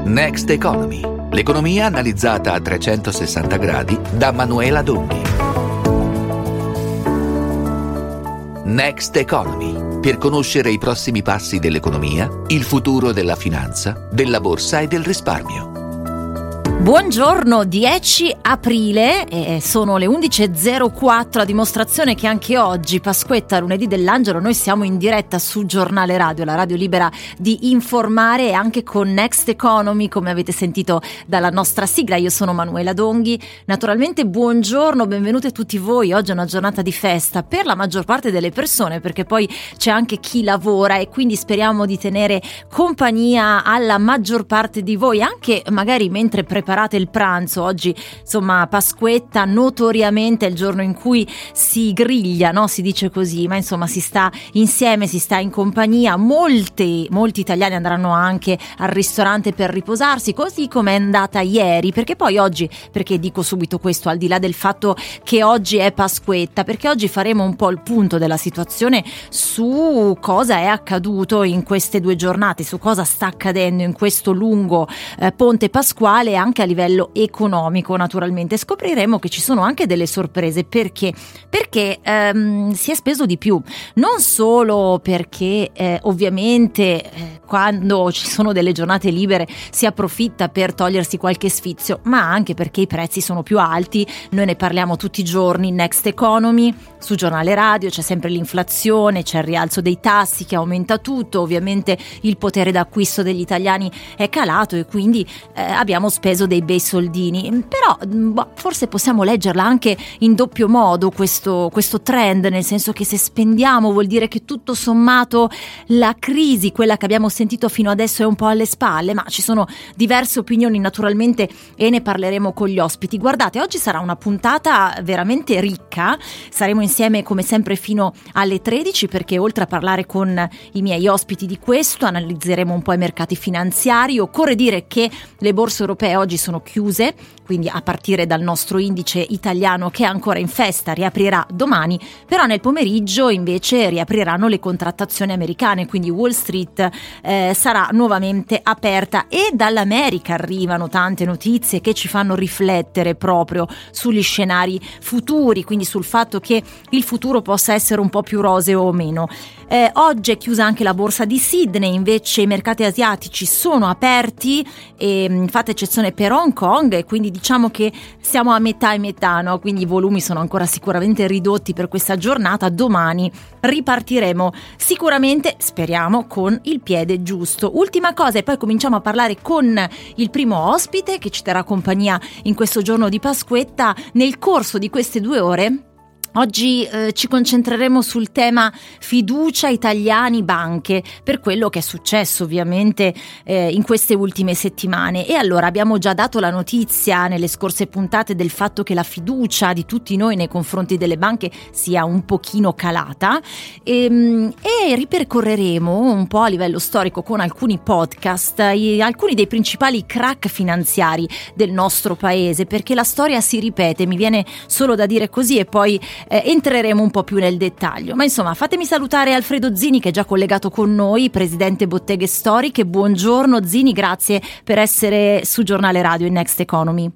Next Economy, l'economia analizzata a 360 gradi da Manuela Donghi. Next Economy, per conoscere i prossimi passi dell'economia, il futuro della finanza, della borsa e del risparmio. Buongiorno, 10 aprile, sono le 11.04, a dimostrazione che anche oggi, Pasquetta, lunedì dell'Angelo, noi siamo in diretta su Giornale Radio, la radio libera di informare, e anche con Next Economy, come avete sentito dalla nostra sigla. Io sono Manuela Donghi, naturalmente buongiorno, benvenuti tutti voi. Oggi è una giornata di festa per la maggior parte delle persone, perché poi c'è anche chi lavora, e quindi speriamo di tenere compagnia alla maggior parte di voi, anche magari mentre preparate il pranzo. Oggi, insomma, Pasquetta, notoriamente è il giorno in cui si griglia, no? Si dice così, ma insomma si sta insieme, si sta in compagnia. Molti italiani andranno anche al ristorante per riposarsi, così come è andata ieri, perché poi oggi, perché dico subito questo, al di là del fatto che oggi è Pasquetta, perché oggi faremo un po' il punto della situazione su cosa è accaduto in queste 2 giornate, su cosa sta accadendo in questo lungo ponte pasquale, anche a livello economico. Naturalmente scopriremo che ci sono anche delle sorprese, perché si è speso di più, non solo perché ovviamente quando ci sono delle giornate libere si approfitta per togliersi qualche sfizio, ma anche perché i prezzi sono più alti. Noi ne parliamo tutti i giorni in Next Economy, su Giornale Radio, c'è sempre l'inflazione, c'è il rialzo dei tassi che aumenta tutto, ovviamente il potere d'acquisto degli italiani è calato, e quindi abbiamo speso dei bei soldini. Però forse possiamo leggerla anche in doppio modo questo trend, nel senso che se spendiamo vuol dire che tutto sommato la crisi, quella che abbiamo sentito fino adesso, è un po' alle spalle, ma ci sono diverse opinioni naturalmente, e ne parleremo con gli ospiti. Guardate, oggi sarà una puntata veramente ricca, saremo insieme come sempre fino alle 13, perché oltre a parlare con i miei ospiti di questo, analizzeremo un po' i mercati finanziari. Occorre dire che le borse europee oggi sono chiuse, quindi a partire dal nostro indice italiano, che è ancora in festa, riaprirà domani, però nel pomeriggio invece riapriranno le contrattazioni americane, quindi Wall Street sarà nuovamente aperta. E dall'America arrivano tante notizie che ci fanno riflettere proprio sugli scenari futuri, quindi sul fatto che il futuro possa essere un po' più roseo o meno. Oggi è chiusa anche la borsa di Sydney, invece i mercati asiatici sono aperti, e fate eccezione per Hong Kong, e quindi diciamo che siamo a metà e metà, no? Quindi i volumi sono ancora sicuramente ridotti per questa giornata. Domani ripartiremo sicuramente, speriamo, con il piede giusto. Ultima cosa, e poi cominciamo a parlare con il primo ospite che ci terrà compagnia in questo giorno di Pasquetta. Nel corso di queste 2 ore oggi ci concentreremo sul tema fiducia italiani banche, per quello che è successo ovviamente in queste ultime settimane. E allora abbiamo già dato la notizia nelle scorse puntate del fatto che la fiducia di tutti noi nei confronti delle banche sia un pochino calata, e ripercorreremo un po' a livello storico con alcuni podcast alcuni dei principali crack finanziari del nostro paese, perché la storia si ripete, mi viene solo da dire così, e poi entreremo un po' più nel dettaglio. Ma insomma, fatemi salutare Alfredo Zini, che è già collegato con noi, presidente Botteghe Storiche. Buongiorno Zini, grazie per essere su Giornale Radio in Next Economy.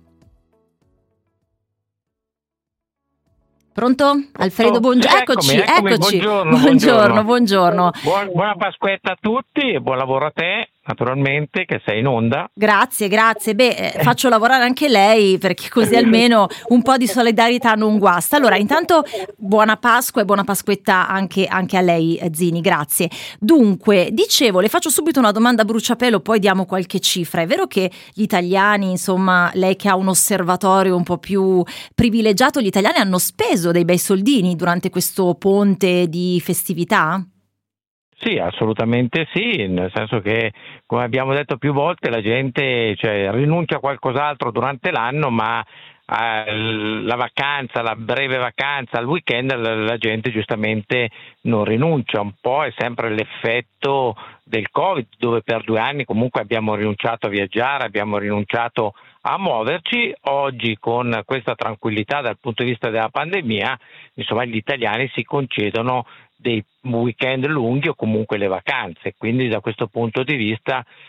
Pronto? Alfredo, buongiorno. Eccoci. Buongiorno. Buona Pasquetta a tutti e buon lavoro a te, naturalmente, che sei in onda. Grazie. Faccio lavorare anche lei, perché così almeno un po' di solidarietà non guasta. Allora, intanto buona Pasqua e buona Pasquetta anche a lei, Zini, grazie. Dunque, dicevo, le faccio subito una domanda a bruciapelo, poi diamo qualche cifra. È vero che gli italiani, insomma, lei che ha un osservatorio un po' più privilegiato, gli italiani hanno speso dei bei soldini durante questo ponte di festività? Sì, assolutamente sì, nel senso che, come abbiamo detto più volte, la gente rinuncia a qualcos'altro durante l'anno, ma la vacanza, la breve vacanza, al weekend la gente giustamente non rinuncia. Un po' è sempre l'effetto del Covid, dove per 2 anni comunque abbiamo rinunciato a viaggiare, abbiamo rinunciato a muoverci. Oggi, con questa tranquillità dal punto di vista della pandemia, insomma, gli italiani si concedono dei weekend lunghi o comunque le vacanze, quindi da questo punto di vista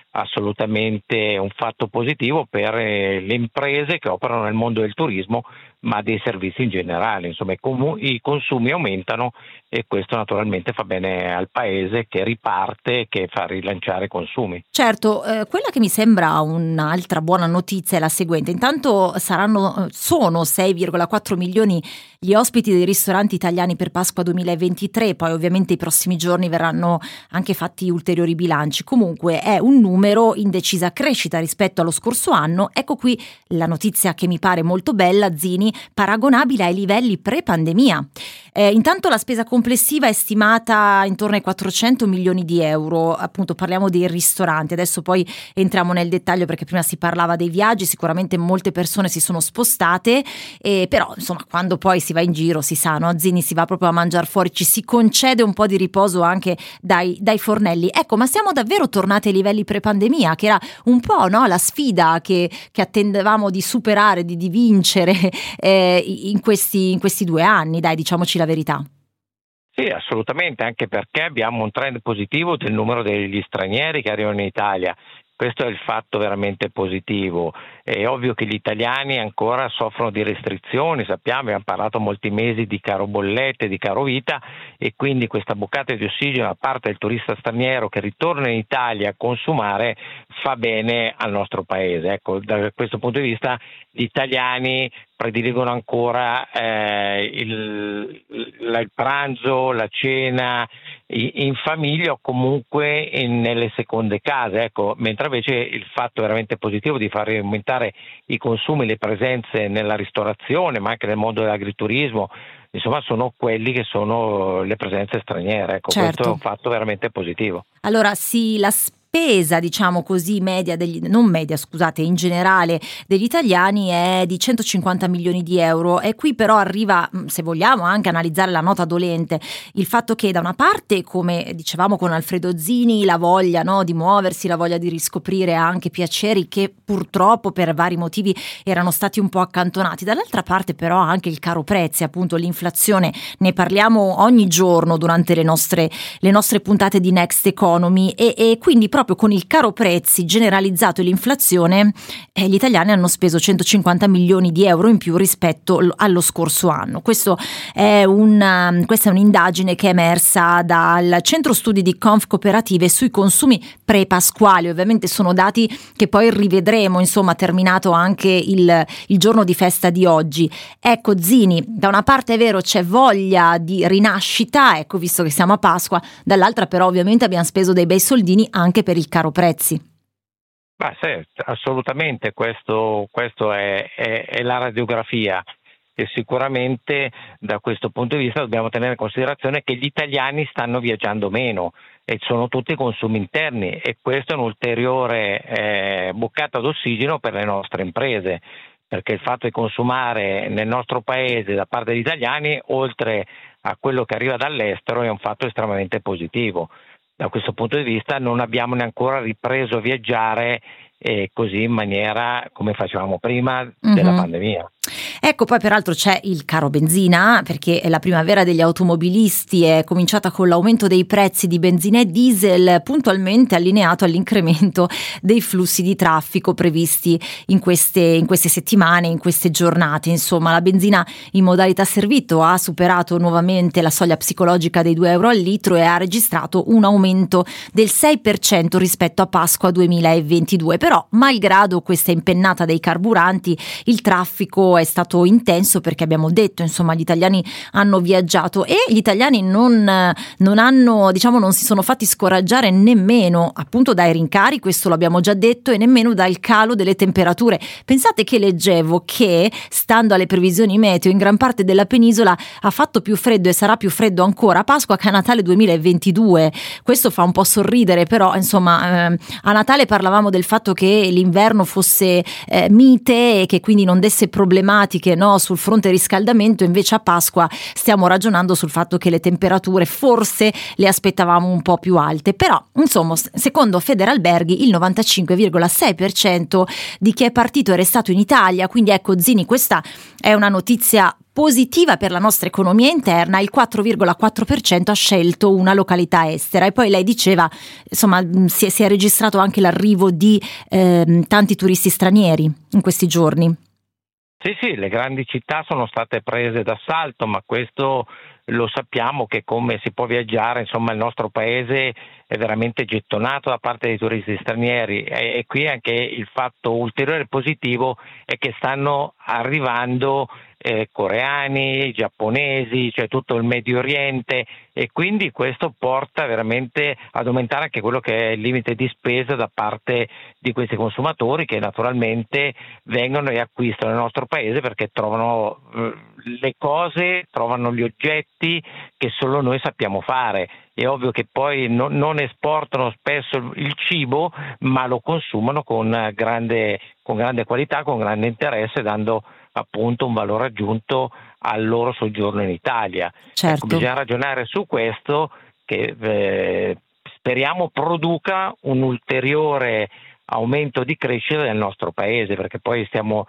assolutamente un fatto positivo per le imprese che operano nel mondo del turismo, ma dei servizi in generale. Insomma, i consumi aumentano e questo naturalmente fa bene al paese, che riparte, che fa rilanciare i consumi. Certo, quella che mi sembra un'altra buona notizia è la seguente. Intanto sono 6,4 milioni gli ospiti dei ristoranti italiani per Pasqua 2023, poi ovviamente i prossimi giorni verranno anche fatti ulteriori bilanci. Comunque è un numero in decisa crescita rispetto allo scorso anno. Ecco qui la notizia che mi pare molto bella, Zini, paragonabile ai livelli pre-pandemia. Intanto la spesa complessiva è stimata intorno ai 400 milioni di euro, appunto parliamo dei ristoranti, adesso poi entriamo nel dettaglio perché prima si parlava dei viaggi, sicuramente molte persone si sono spostate, però insomma quando poi si va in giro si sa, no? Zini, si va proprio a mangiare fuori, ci si concede un po' di riposo anche dai fornelli. Ecco, ma siamo davvero tornati ai livelli pre-pandemia, che era un po', no, la sfida che attendevamo di superare, di vincere in questi 2 anni, dai, diciamoci la verità. Sì, assolutamente, anche perché abbiamo un trend positivo del numero degli stranieri che arrivano in Italia. Questo è il fatto veramente positivo. È ovvio che gli italiani ancora soffrono di restrizioni, sappiamo, abbiamo parlato molti mesi di caro bollette, di caro vita, e quindi questa boccata di ossigeno da parte del turista straniero che ritorna in Italia a consumare fa bene al nostro paese. Ecco, da questo punto di vista gli italiani prediligono ancora il pranzo, la cena in famiglia o comunque nelle seconde case, ecco, mentre invece il fatto veramente positivo di far aumentare i consumi, le presenze nella ristorazione, ma anche nel mondo dell'agriturismo, insomma, sono quelli che sono le presenze straniere, ecco, certo. Questo è un fatto veramente positivo. Allora sì, la spesa, diciamo così, in generale degli italiani è di 150 milioni di euro, e qui però arriva, se vogliamo, anche analizzare la nota dolente, il fatto che da una parte, come dicevamo con Alfredo Zini, la voglia, no, di muoversi, la voglia di riscoprire anche piaceri che purtroppo per vari motivi erano stati un po' accantonati, dall'altra parte però anche il caro prezzi, appunto l'inflazione, ne parliamo ogni giorno durante le nostre puntate di Next Economy, e quindi proprio con il caro prezzi generalizzato e l'inflazione gli italiani hanno speso 150 milioni di euro in più rispetto allo scorso anno. Questa è un'indagine che è emersa dal centro studi di Confcooperative sui consumi pre-pasquali. Ovviamente sono dati che poi rivedremo, insomma, terminato anche il giorno di festa di oggi. Ecco, Zini, da una parte è vero, c'è voglia di rinascita, ecco, visto che siamo a Pasqua, dall'altra però ovviamente abbiamo speso dei bei soldini anche per il caro prezzi. Sì, assolutamente, questo è la radiografia, e sicuramente da questo punto di vista dobbiamo tenere in considerazione che gli italiani stanno viaggiando meno e sono tutti consumi interni, e questo è un'ulteriore boccata d'ossigeno per le nostre imprese, perché il fatto di consumare nel nostro paese da parte degli italiani, oltre a quello che arriva dall'estero, è un fatto estremamente positivo. Da questo punto di vista non abbiamo neanche ancora ripreso a viaggiare così in maniera come facevamo prima della pandemia. Ecco, poi peraltro c'è il caro benzina, perché la primavera degli automobilisti è cominciata con l'aumento dei prezzi di benzina e diesel, puntualmente allineato all'incremento dei flussi di traffico previsti in queste settimane, in queste giornate. Insomma, la benzina in modalità servito ha superato nuovamente la soglia psicologica dei 2 euro al litro e ha registrato un aumento del 6% rispetto a Pasqua 2022. Però, malgrado questa impennata dei carburanti, il traffico è stato intenso, perché abbiamo detto, insomma, gli italiani hanno viaggiato e gli italiani non hanno, diciamo, non si sono fatti scoraggiare nemmeno appunto dai rincari, questo l'abbiamo già detto, e nemmeno dal calo delle temperature. Pensate che leggevo che, stando alle previsioni meteo, in gran parte della penisola ha fatto più freddo e sarà più freddo ancora a Pasqua che a Natale 2022. Questo fa un po' sorridere, però insomma a Natale parlavamo del fatto che l'inverno fosse mite e che quindi non desse problematiche, no, sul fronte riscaldamento, invece a Pasqua stiamo ragionando sul fatto che le temperature forse le aspettavamo un po' più alte. Però insomma, secondo Federalberghi il 95,6% di chi è partito è restato in Italia, quindi ecco, Zini, questa è una notizia positiva per la nostra economia interna, il 4,4% ha scelto una località estera. E poi lei diceva, insomma, si è registrato anche l'arrivo di tanti turisti stranieri in questi giorni. Sì, le grandi città sono state prese d'assalto, ma questo lo sappiamo che come si può viaggiare, insomma il nostro paese è veramente gettonato da parte dei turisti stranieri e qui anche il fatto ulteriore positivo è che stanno arrivando coreani, giapponesi, cioè tutto il Medio Oriente, e quindi questo porta veramente ad aumentare anche quello che è il limite di spesa da parte di questi consumatori, che naturalmente vengono e acquistano nel nostro paese perché trovano le cose, trovano gli oggetti che solo noi sappiamo fare. È ovvio che poi non esportano spesso il cibo, ma lo consumano con grande qualità, con grande interesse, dando appunto un valore aggiunto al loro soggiorno in Italia. Certo. Ecco, bisogna ragionare su questo, che speriamo produca un ulteriore aumento di crescita del nostro paese, perché poi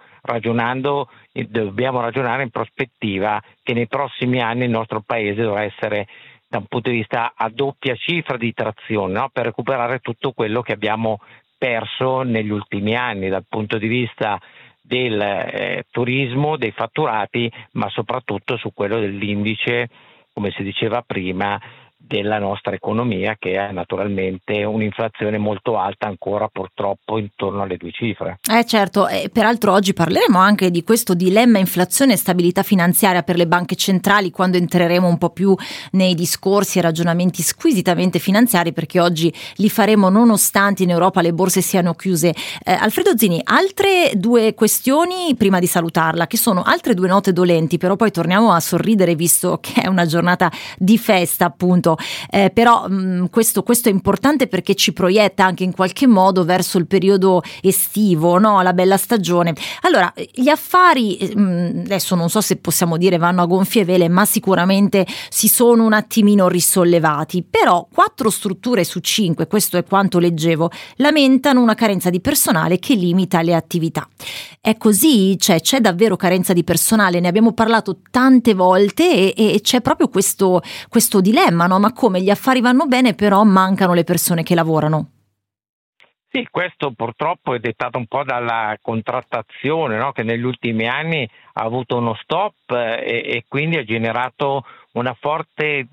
dobbiamo ragionare in prospettiva che nei prossimi anni il nostro paese dovrà essere, da un punto di vista a doppia cifra di trazione, no? Per recuperare tutto quello che abbiamo perso negli ultimi anni dal punto di vista del turismo, dei fatturati, ma soprattutto su quello dell'indice, come si diceva prima, della nostra economia, che ha naturalmente un'inflazione molto alta ancora, purtroppo intorno alle 2 cifre. Certo, peraltro oggi parleremo anche di questo dilemma inflazione e stabilità finanziaria per le banche centrali, quando entreremo un po' più nei discorsi e ragionamenti squisitamente finanziari, perché oggi li faremo nonostante in Europa le borse siano chiuse. Alfredo Zini, altre 2 questioni prima di salutarla, che sono altre 2 note dolenti, però poi torniamo a sorridere visto che è una giornata di festa, appunto. Però questo è importante perché ci proietta anche in qualche modo verso il periodo estivo, no? La bella stagione. Allora, gli affari, adesso non so se possiamo dire vanno a gonfie vele, ma sicuramente si sono un attimino risollevati, però 4 strutture su 5, questo è quanto leggevo, lamentano una carenza di personale che limita le attività. È così? C'è davvero carenza di personale? Ne abbiamo parlato tante volte e c'è proprio questo dilemma, no? Ma come gli affari vanno bene, però mancano le persone che lavorano? Sì, questo purtroppo è dettato un po' dalla contrattazione, no? Che negli ultimi anni ha avuto uno stop e quindi ha generato un forte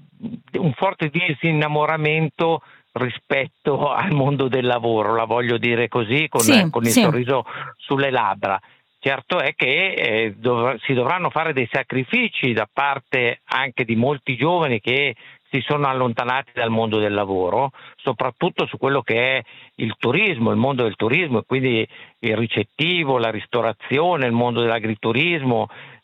disinnamoramento rispetto al mondo del lavoro, la voglio dire così, con il sorriso sulle labbra. Certo è che si dovranno fare dei sacrifici da parte anche di molti giovani che si sono allontanati dal mondo del lavoro, soprattutto su quello che è il turismo, il mondo del turismo, e quindi il ricettivo, la ristorazione, il mondo dell'agriturismo.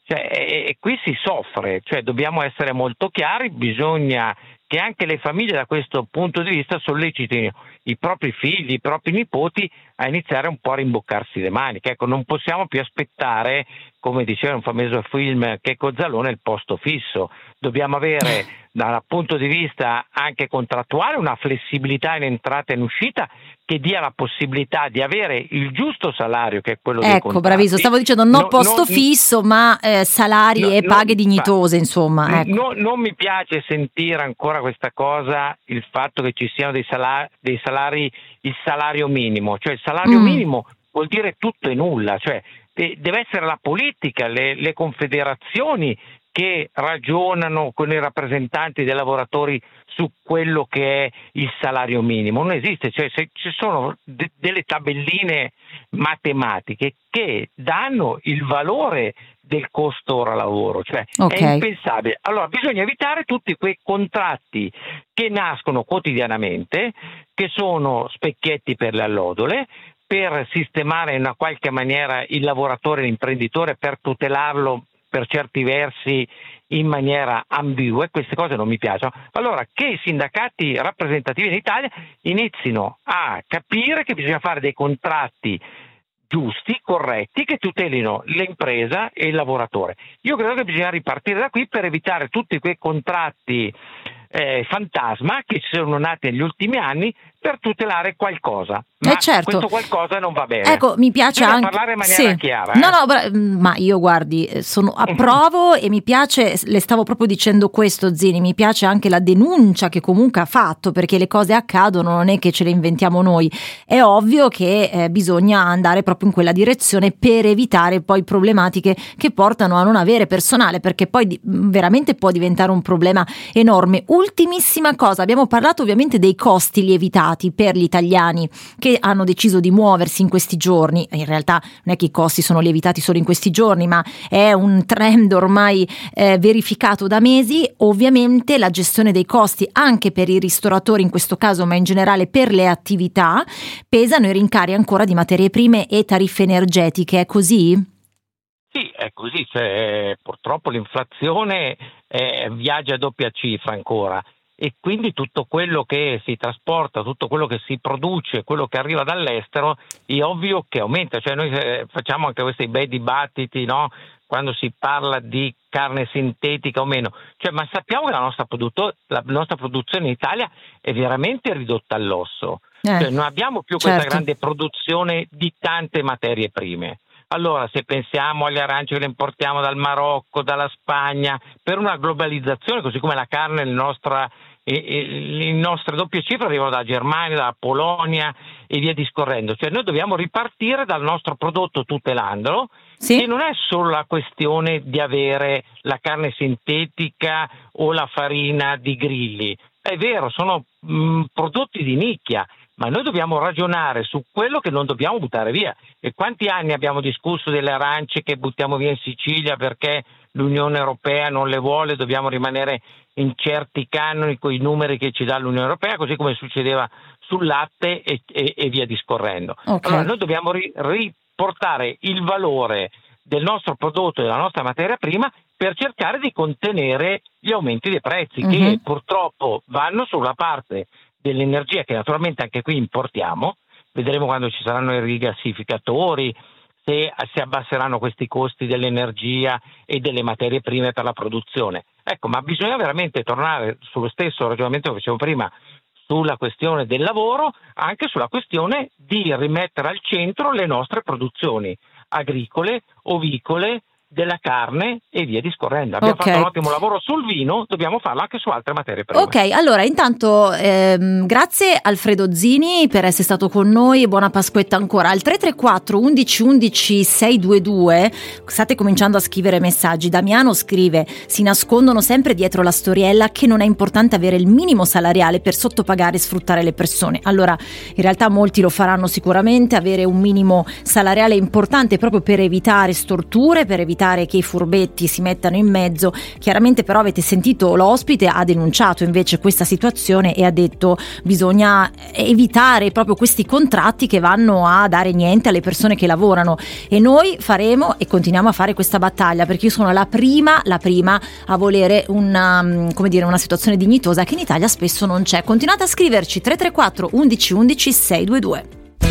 E qui si soffre, dobbiamo essere molto chiari, bisogna che anche le famiglie da questo punto di vista sollecitino i propri figli, i propri nipoti a iniziare un po' a rimboccarsi le maniche. Ecco, non possiamo più aspettare, come diceva un famoso film Checco Zalone, il posto fisso. Dobbiamo avere dal punto di vista anche contrattuale una flessibilità in entrata e in uscita che dia la possibilità di avere il giusto salario, che è quello dei contratti. Ecco, bravissimo, stavo dicendo posto fisso, ma salari e paghe dignitose, insomma. Ecco. Non mi piace sentire ancora questa cosa, il fatto che ci siano dei salari, il salario minimo, cioè il salario minimo vuol dire tutto e nulla, deve essere la politica, le confederazioni che ragionano con i rappresentanti dei lavoratori su quello che è il salario minimo. Non esiste, se ci sono delle tabelline matematiche che danno il valore del costo ora lavoro, è impensabile. Allora bisogna evitare tutti quei contratti che nascono quotidianamente, che sono specchietti per le allodole, per sistemare in una qualche maniera il lavoratore, l'imprenditore, per tutelarlo per certi versi in maniera ambigua, e queste cose non mi piacciono. Allora che i sindacati rappresentativi in Italia inizino a capire che bisogna fare dei contratti giusti, corretti, che tutelino l'impresa e il lavoratore. Io credo che bisogna ripartire da qui per evitare tutti quei contratti fantasma che sono nati negli ultimi anni, per tutelare qualcosa, ma certo. questo qualcosa non va bene. Ecco, mi piace bisogna anche parlare in maniera chiara. Ma io guardi, approvo e mi piace, le stavo proprio dicendo questo, Zini, mi piace anche la denuncia che comunque ha fatto, perché le cose accadono, non è che ce le inventiamo noi, è ovvio che bisogna andare proprio in quella direzione per evitare poi problematiche che portano a non avere personale, perché poi veramente può diventare un problema enorme. Ultimissima cosa, abbiamo parlato ovviamente dei costi lievitati per gli italiani che hanno deciso di muoversi in questi giorni. In realtà non è che i costi sono lievitati solo in questi giorni, ma è un trend ormai verificato da mesi. Ovviamente la gestione dei costi anche per i ristoratori in questo caso, ma in generale per le attività, pesano i rincari ancora di materie prime e tariffe energetiche, è così? Sì, è così, purtroppo l'inflazione viaggia a doppia cifra ancora, e quindi tutto quello che si trasporta, tutto quello che si produce, quello che arriva dall'estero, è ovvio che aumenta. Cioè noi facciamo anche questi bei dibattiti, no? Quando si parla di carne sintetica o meno, ma sappiamo che la nostra produzione in Italia è veramente ridotta all'osso, non abbiamo più questa grande produzione di tante materie prime. Allora, se pensiamo agli aranci che le importiamo dal Marocco, dalla Spagna, per una globalizzazione, così come la carne, le nostre doppie cifre arrivano dalla Germania, dalla Polonia e via discorrendo. Cioè noi dobbiamo ripartire dal nostro prodotto tutelandolo, e non è solo la questione di avere la carne sintetica o la farina di grilli. È vero, sono prodotti di nicchia, ma noi dobbiamo ragionare su quello che non dobbiamo buttare via. E quanti anni abbiamo discusso delle arance che buttiamo via in Sicilia perché l'Unione Europea non le vuole, dobbiamo rimanere in certi canoni con i numeri che ci dà l'Unione Europea, così come succedeva sul latte e via discorrendo. Okay. Allora noi dobbiamo riportare il valore del nostro prodotto e della nostra materia prima per cercare di contenere gli aumenti dei prezzi, che purtroppo vanno sulla parte dell'energia, che naturalmente anche qui importiamo. Vedremo quando ci saranno i rigassificatori, se si abbasseranno questi costi dell'energia e delle materie prime per la produzione. Ecco, ma bisogna veramente tornare sullo stesso ragionamento che facevo prima, sulla questione del lavoro, anche sulla questione di rimettere al centro le nostre produzioni agricole, ovicole, della carne e via discorrendo. Abbiamo fatto un ottimo lavoro sul vino, dobbiamo farlo anche su altre materie prime. Ok, allora intanto grazie Alfredo Zini per essere stato con noi e buona Pasquetta ancora. Al 334 11 11 622 state cominciando a scrivere messaggi. Damiano scrive: si nascondono sempre dietro la storiella che non è importante avere il minimo salariale per sottopagare e sfruttare le persone. Allora in realtà molti lo faranno sicuramente, avere un minimo salariale è importante proprio per evitare storture, per evitare che i furbetti si mettano in mezzo. Chiaramente però avete sentito l'ospite ha denunciato invece questa situazione e ha detto bisogna evitare proprio questi contratti che vanno a dare niente alle persone che lavorano, e noi faremo e continuiamo a fare questa battaglia, perché io sono la prima a volere una situazione dignitosa che in Italia spesso non c'è. Continuate a scriverci 334 11 11 622.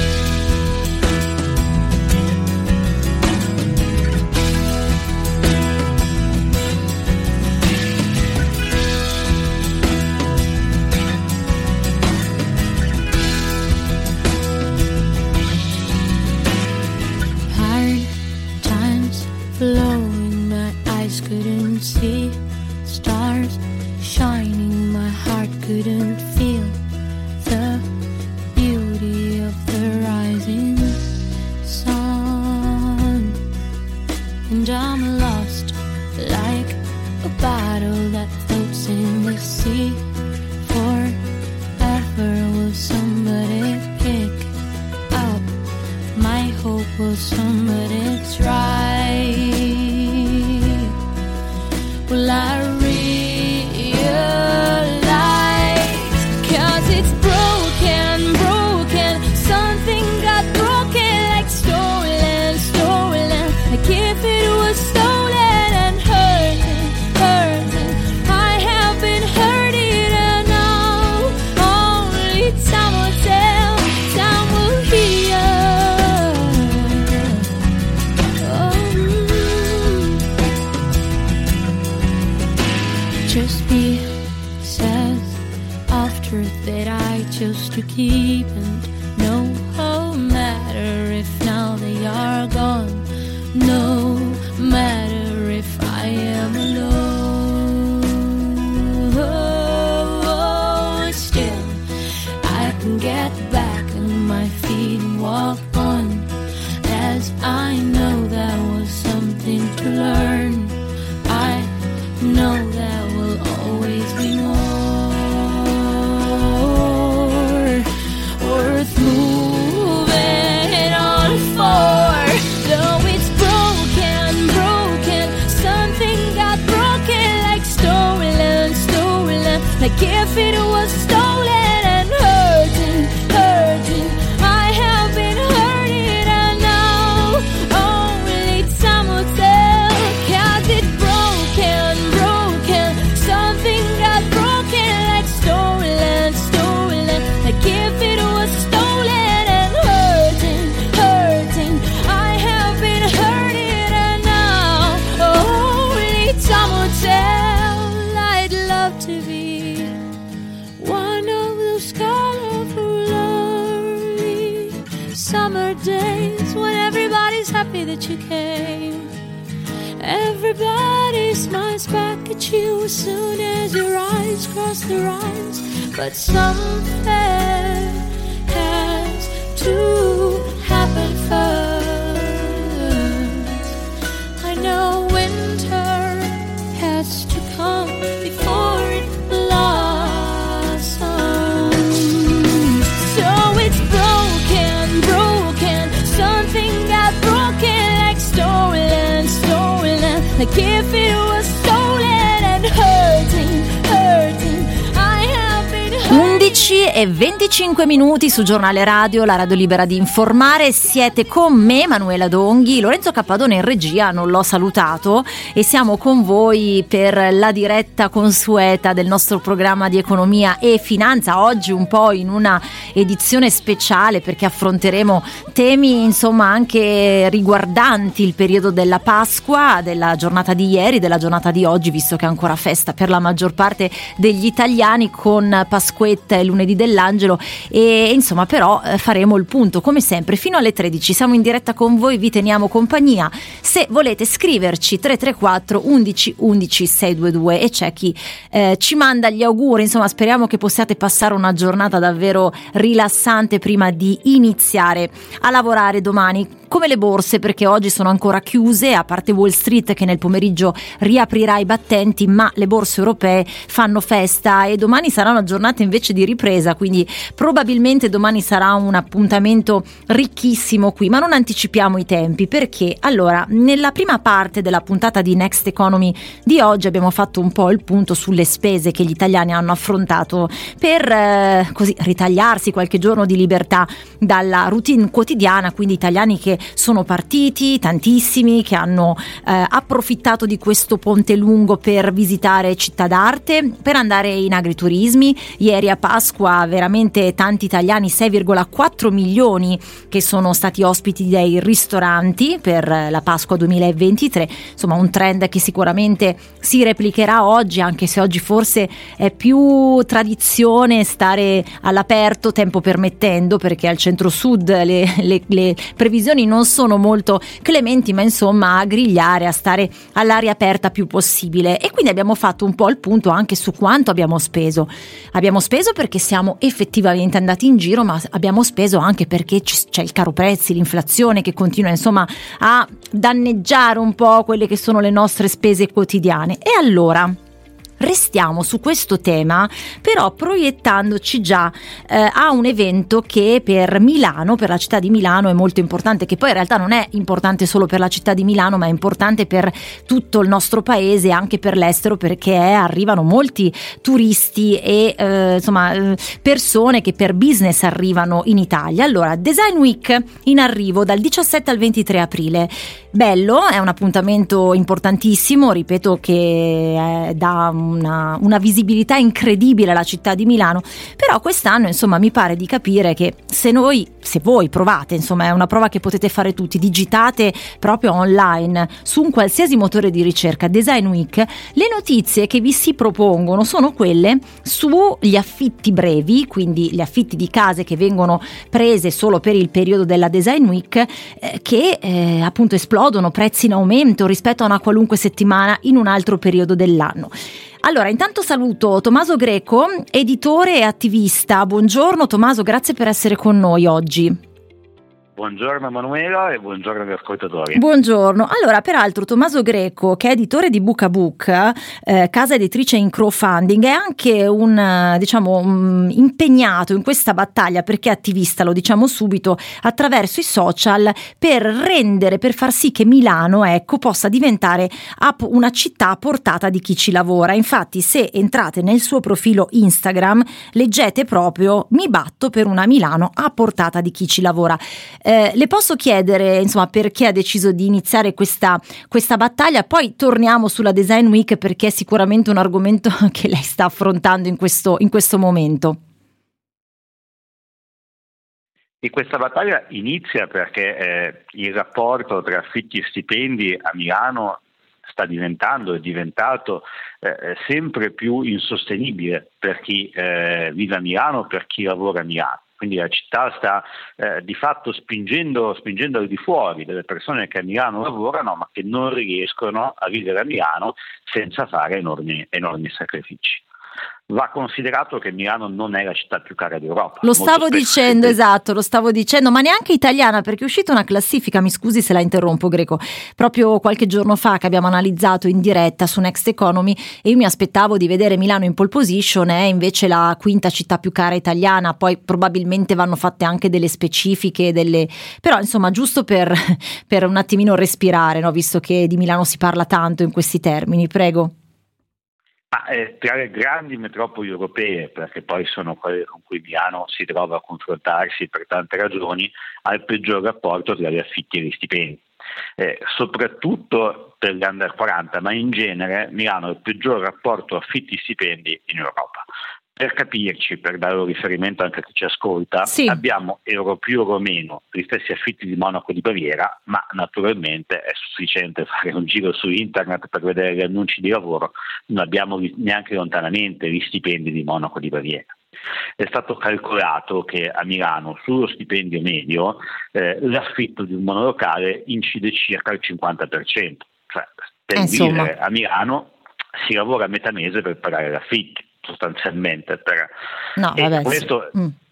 Flowing, my eyes couldn't see stars shining, my heart couldn't feel the beauty of the rising sun. And I'm lost like a bottle that floats in the sea. Forever will somebody pick up my hope, will somebody try? Will I realize? 'Cause it's broken, something got broken, like stolen, like if it was stolen and hurting. I have been hurting and now only time will tell, time will heal. keep, and no matter if now they are gone, no matter if I am alone, still I can get back on my feet and walk on, as I know that was something to learn. I know that will always be more worth moving on for. Though it's broken, something got broken, like stolen, like if it was stolen and hurting. I have been hurting, and now only time will tell. 'Cause it's broken, something got broken, like stolen, like if it was stolen and hurting. I have been hurting, and now only time will tell. I'd love to be one of those colorful early summer days when everybody's happy that you came. Everybody smiles back at you as soon as your eyes cross their eyes. But something has to happen first. I know winter has to come before it blossoms. So it's broken, something got broken, like stolen, like if it was stolen and hurting. I have been hurting. 11:25 su Giornale Radio, la radio libera di informare. Siete con me, Manuela Donghi. Lorenzo Cappadone in regia, non l'ho salutato, e siamo con voi per la diretta consueta del nostro programma di economia e finanza. Oggi un po' in una edizione speciale, perché affronteremo temi insomma anche riguardanti il periodo della Pasqua, della giornata di ieri, della giornata di oggi, visto che è ancora festa per la maggior parte degli italiani, con Pasquetta e lunedì dell'Angelo, e insomma però faremo il punto come sempre fino alle 13. Siamo in diretta con voi, vi teniamo compagnia. Se volete scriverci 334 11 11 622, e c'è chi ci manda gli auguri. Insomma, speriamo che possiate passare una giornata davvero rilassante prima di iniziare a lavorare domani. Come le borse, perché oggi sono ancora chiuse, a parte Wall Street che nel pomeriggio riaprirà i battenti, ma le borse europee fanno festa e domani sarà una giornata invece di ripresa, quindi probabilmente domani sarà un appuntamento ricchissimo qui, ma non anticipiamo i tempi, perché allora nella prima parte della puntata di Next Economy di oggi abbiamo fatto un po' il punto sulle spese che gli italiani hanno affrontato per così ritagliarsi qualche giorno di libertà dalla routine quotidiana, quindi italiani che sono partiti, tantissimi, che hanno approfittato di questo ponte lungo per visitare città d'arte, per andare in agriturismi. Ieri a Pasqua veramente tanti italiani, 6,4 milioni che sono stati ospiti dei ristoranti per la Pasqua 2023, insomma un trend che sicuramente si replicherà oggi, anche se oggi forse è più tradizione stare all'aperto, tempo permettendo, perché al centro-sud le previsioni non sono molto clementi, ma insomma a grigliare, a stare all'aria aperta più possibile. E quindi abbiamo fatto un po' il punto anche su quanto abbiamo speso perché siamo effettivamente andati in giro, ma abbiamo speso anche perché c'è il caro prezzi, l'inflazione che continua insomma a danneggiare un po' quelle che sono le nostre spese quotidiane. E allora restiamo su questo tema, però proiettandoci già a un evento che per Milano, per la città di Milano, è molto importante, che poi in realtà non è importante solo per la città di Milano, ma è importante per tutto il nostro paese, anche per l'estero, perché arrivano molti turisti e persone che per business arrivano in Italia. Allora, Design Week in arrivo dal 17 al 23 aprile. Bello, è un appuntamento importantissimo, ripeto che dà una visibilità incredibile alla città di Milano, però quest'anno insomma mi pare di capire che se voi provate, insomma è una prova che potete fare tutti, digitate proprio online su un qualsiasi motore di ricerca Design Week, le notizie che vi si propongono sono quelle sugli affitti brevi, quindi gli affitti di case che vengono prese solo per il periodo della Design Week, che appunto esplodono, prezzi in aumento rispetto a una qualunque settimana in un altro periodo dell'anno. Allora, intanto saluto Tommaso Greco, editore e attivista. Buongiorno Tommaso, grazie per essere con noi oggi. Buongiorno Emanuela e buongiorno agli ascoltatori. Buongiorno. Allora, peraltro Tommaso Greco, che è editore di Book a Book, casa editrice in crowdfunding, è anche impegnato in questa battaglia, perché è attivista, lo diciamo subito, attraverso i social per far sì che Milano, possa diventare una città a portata di chi ci lavora. Infatti, se entrate nel suo profilo Instagram, leggete proprio: mi batto per una Milano a portata di chi ci lavora. Le posso chiedere, insomma, perché ha deciso di iniziare questa battaglia? Poi torniamo sulla Design Week, perché è sicuramente un argomento che lei sta affrontando in questo momento. E questa battaglia inizia perché il rapporto tra affitti e stipendi a Milano è diventato sempre più insostenibile per chi vive a Milano, per chi lavora a Milano. Quindi la città sta di fatto spingendo al di fuori delle persone che a Milano lavorano, ma che non riescono a vivere a Milano senza fare enormi sacrifici. Va considerato che Milano non è la città più cara d'Europa. Lo stavo dicendo, ma neanche italiana, perché è uscita una classifica, mi scusi se la interrompo Greco, proprio qualche giorno fa, che abbiamo analizzato in diretta su Next Economy, e io mi aspettavo di vedere Milano in pole position, è invece la quinta città più cara italiana. Poi probabilmente vanno fatte anche delle specifiche, però insomma giusto per un attimino respirare, no? Visto che di Milano si parla tanto in questi termini. Prego. Tra le grandi metropoli europee, perché poi sono quelle con cui Milano si trova a confrontarsi per tante ragioni, ha il peggior rapporto tra gli affitti e gli stipendi. Soprattutto per gli under 40, ma in genere Milano ha il peggior rapporto affitti-stipendi in Europa. Per capirci, per dare un riferimento anche a chi ci ascolta, sì, abbiamo euro più euro meno gli stessi affitti di Monaco di Baviera, ma naturalmente è sufficiente fare un giro su internet per vedere gli annunci di lavoro, non abbiamo neanche lontanamente gli stipendi di Monaco di Baviera. È stato calcolato che a Milano sullo stipendio medio l'affitto di un monolocale incide circa il 50%, cioè per vivere a Milano si lavora a metà mese per pagare l'affitti, sostanzialmente. Questo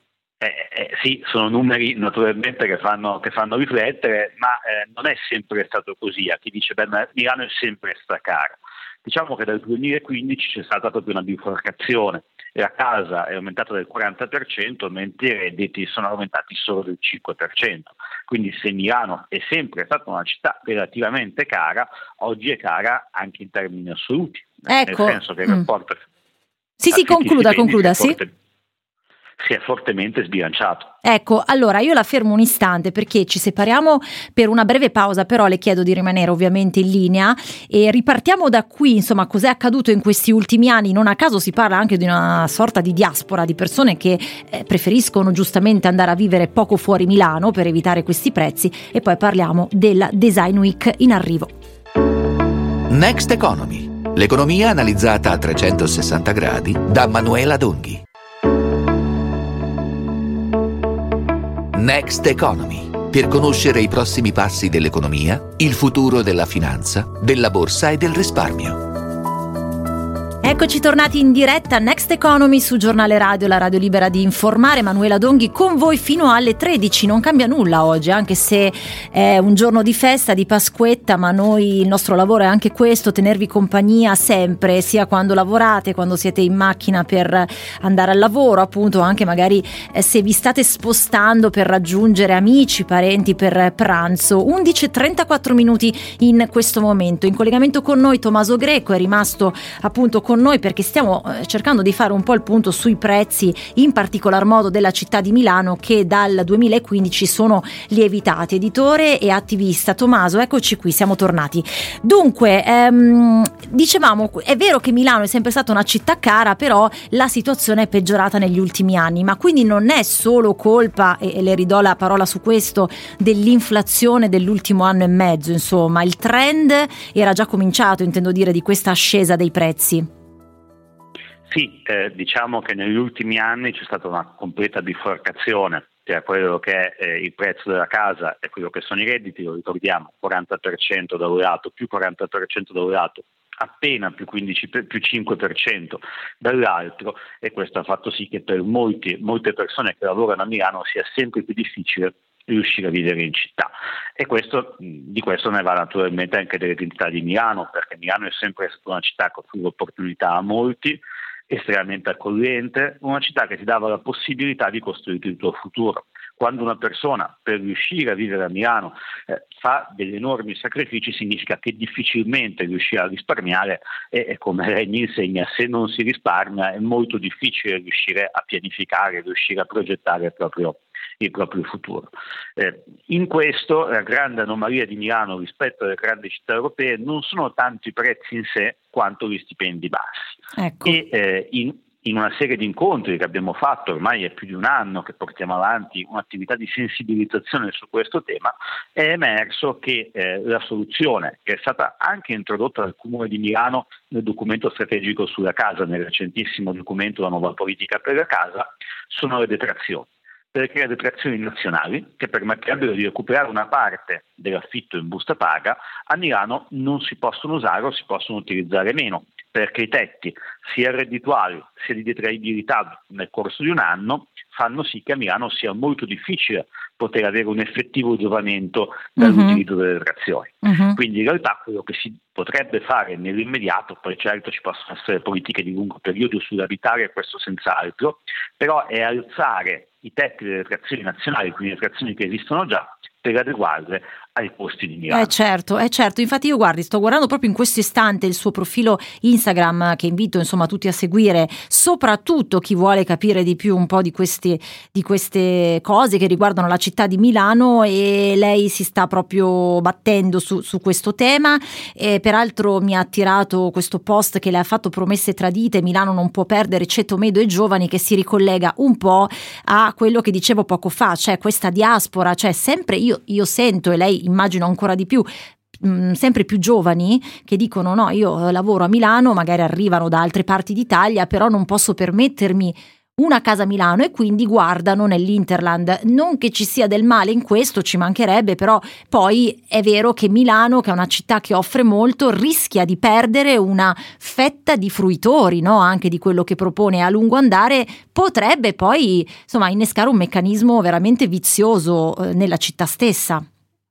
sì, sono numeri naturalmente che fanno riflettere, ma non è sempre stato così. A chi dice Milano è sempre stracara, diciamo che dal 2015 c'è stata proprio una bifurcazione. La casa è aumentata del 40%, mentre i redditi sono aumentati solo del 5%. Quindi se Milano è sempre stata una città relativamente cara, oggi è cara anche in termini assoluti, nel senso che il rapporto Sì, concluda, sì. Si è fortemente sbilanciato. Ecco, allora io la fermo un istante, perché ci separiamo per una breve pausa, però le chiedo di rimanere ovviamente in linea e ripartiamo da qui, insomma, cos'è accaduto in questi ultimi anni. Non a caso si parla anche di una sorta di diaspora di persone che preferiscono giustamente andare a vivere poco fuori Milano per evitare questi prezzi, e poi parliamo della Design Week in arrivo. Next Economy, l'economia analizzata a 360 gradi da Manuela Donghi. Next Economy, per conoscere i prossimi passi dell'economia, il futuro della finanza, della borsa e del risparmio. Eccoci tornati in diretta a Next Economy su Giornale Radio, la radio libera di informare. Manuela Donghi con voi fino alle 13. Non cambia nulla oggi, anche se è un giorno di festa, di Pasquetta, ma il nostro lavoro è anche questo, tenervi compagnia sempre, sia quando lavorate, quando siete in macchina per andare al lavoro, appunto, anche magari se vi state spostando per raggiungere amici, parenti per pranzo. 11:34 minuti in questo momento. In collegamento con noi Tommaso Greco, è rimasto appunto con noi perché stiamo cercando di fare un po' il punto sui prezzi, in particolar modo della città di Milano, che dal 2015 sono lievitati. Editore e attivista Tommaso, eccoci qui, siamo tornati. Dunque, dicevamo, è vero che Milano è sempre stata una città cara, però la situazione è peggiorata negli ultimi anni, ma quindi non è solo colpa, e le ridò la parola su questo, dell'inflazione dell'ultimo anno e mezzo, insomma, il trend era già cominciato, intendo dire, di questa ascesa dei prezzi. Sì, diciamo che negli ultimi anni c'è stata una completa biforcazione tra quello che è il prezzo della casa e quello che sono i redditi. Lo ricordiamo, 40% da un lato, più 40% da un lato, appena più 5% dall'altro, e questo ha fatto sì che per molte persone che lavorano a Milano sia sempre più difficile riuscire a vivere in città. E di questo ne va naturalmente anche dell'identità di Milano, perché Milano è sempre stata una città che offriva opportunità a molti, estremamente accogliente, una città che ti dava la possibilità di costruire il tuo futuro. Quando una persona, per riuscire a vivere a Milano, fa degli enormi sacrifici, significa che difficilmente riuscirà a risparmiare, e come lei mi insegna, se non si risparmia è molto difficile riuscire a pianificare, riuscire a progettare il proprio futuro. In questo la grande anomalia di Milano rispetto alle grandi città europee non sono tanto i prezzi in sé quanto gli stipendi bassi. Ecco. E in una serie di incontri che abbiamo fatto, ormai è più di un anno che portiamo avanti un'attività di sensibilizzazione su questo tema, è emerso che la soluzione, che è stata anche introdotta dal Comune di Milano nel documento strategico sulla casa, nel recentissimo documento La nuova politica per la casa, sono le detrazioni. Perché le detrazioni nazionali, che permetterebbero di recuperare una parte dell'affitto in busta paga, a Milano non si possono usare o si possono utilizzare meno, perché i tetti sia reddituali sia di detraibilità nel corso di un anno fanno sì che a Milano sia molto difficile poter avere un effettivo giovamento dall'utilizzo delle detrazioni. Quindi in realtà quello che si potrebbe fare nell'immediato, poi certo ci possono essere politiche di lungo periodo sull'abitare, questo senz'altro, però è alzare i tetti delle detrazioni nazionali, quindi le detrazioni che esistono già, per adeguarle ai costi di Milano. Certo, infatti io sto guardando proprio in questo istante il suo profilo Instagram, che invito insomma tutti a seguire, soprattutto chi vuole capire di più un po' di queste cose che riguardano la città di Milano, e lei si sta proprio battendo su questo tema. E peraltro mi ha attirato questo post che le ha fatto promesse tradite, Milano non può perdere ceto medio e giovani, che si ricollega un po' a quello che dicevo poco fa, cioè questa diaspora, cioè sempre io sento, e lei immagino ancora di più, sempre più giovani che dicono no, io lavoro a Milano, magari arrivano da altre parti d'Italia, però non posso permettermi una casa a Milano, e quindi guardano nell'Interland. Non che ci sia del male in questo, ci mancherebbe, però poi è vero che Milano, che è una città che offre molto, rischia di perdere una fetta di fruitori, no? Anche di quello che propone, a lungo andare potrebbe poi insomma innescare un meccanismo veramente vizioso nella città stessa.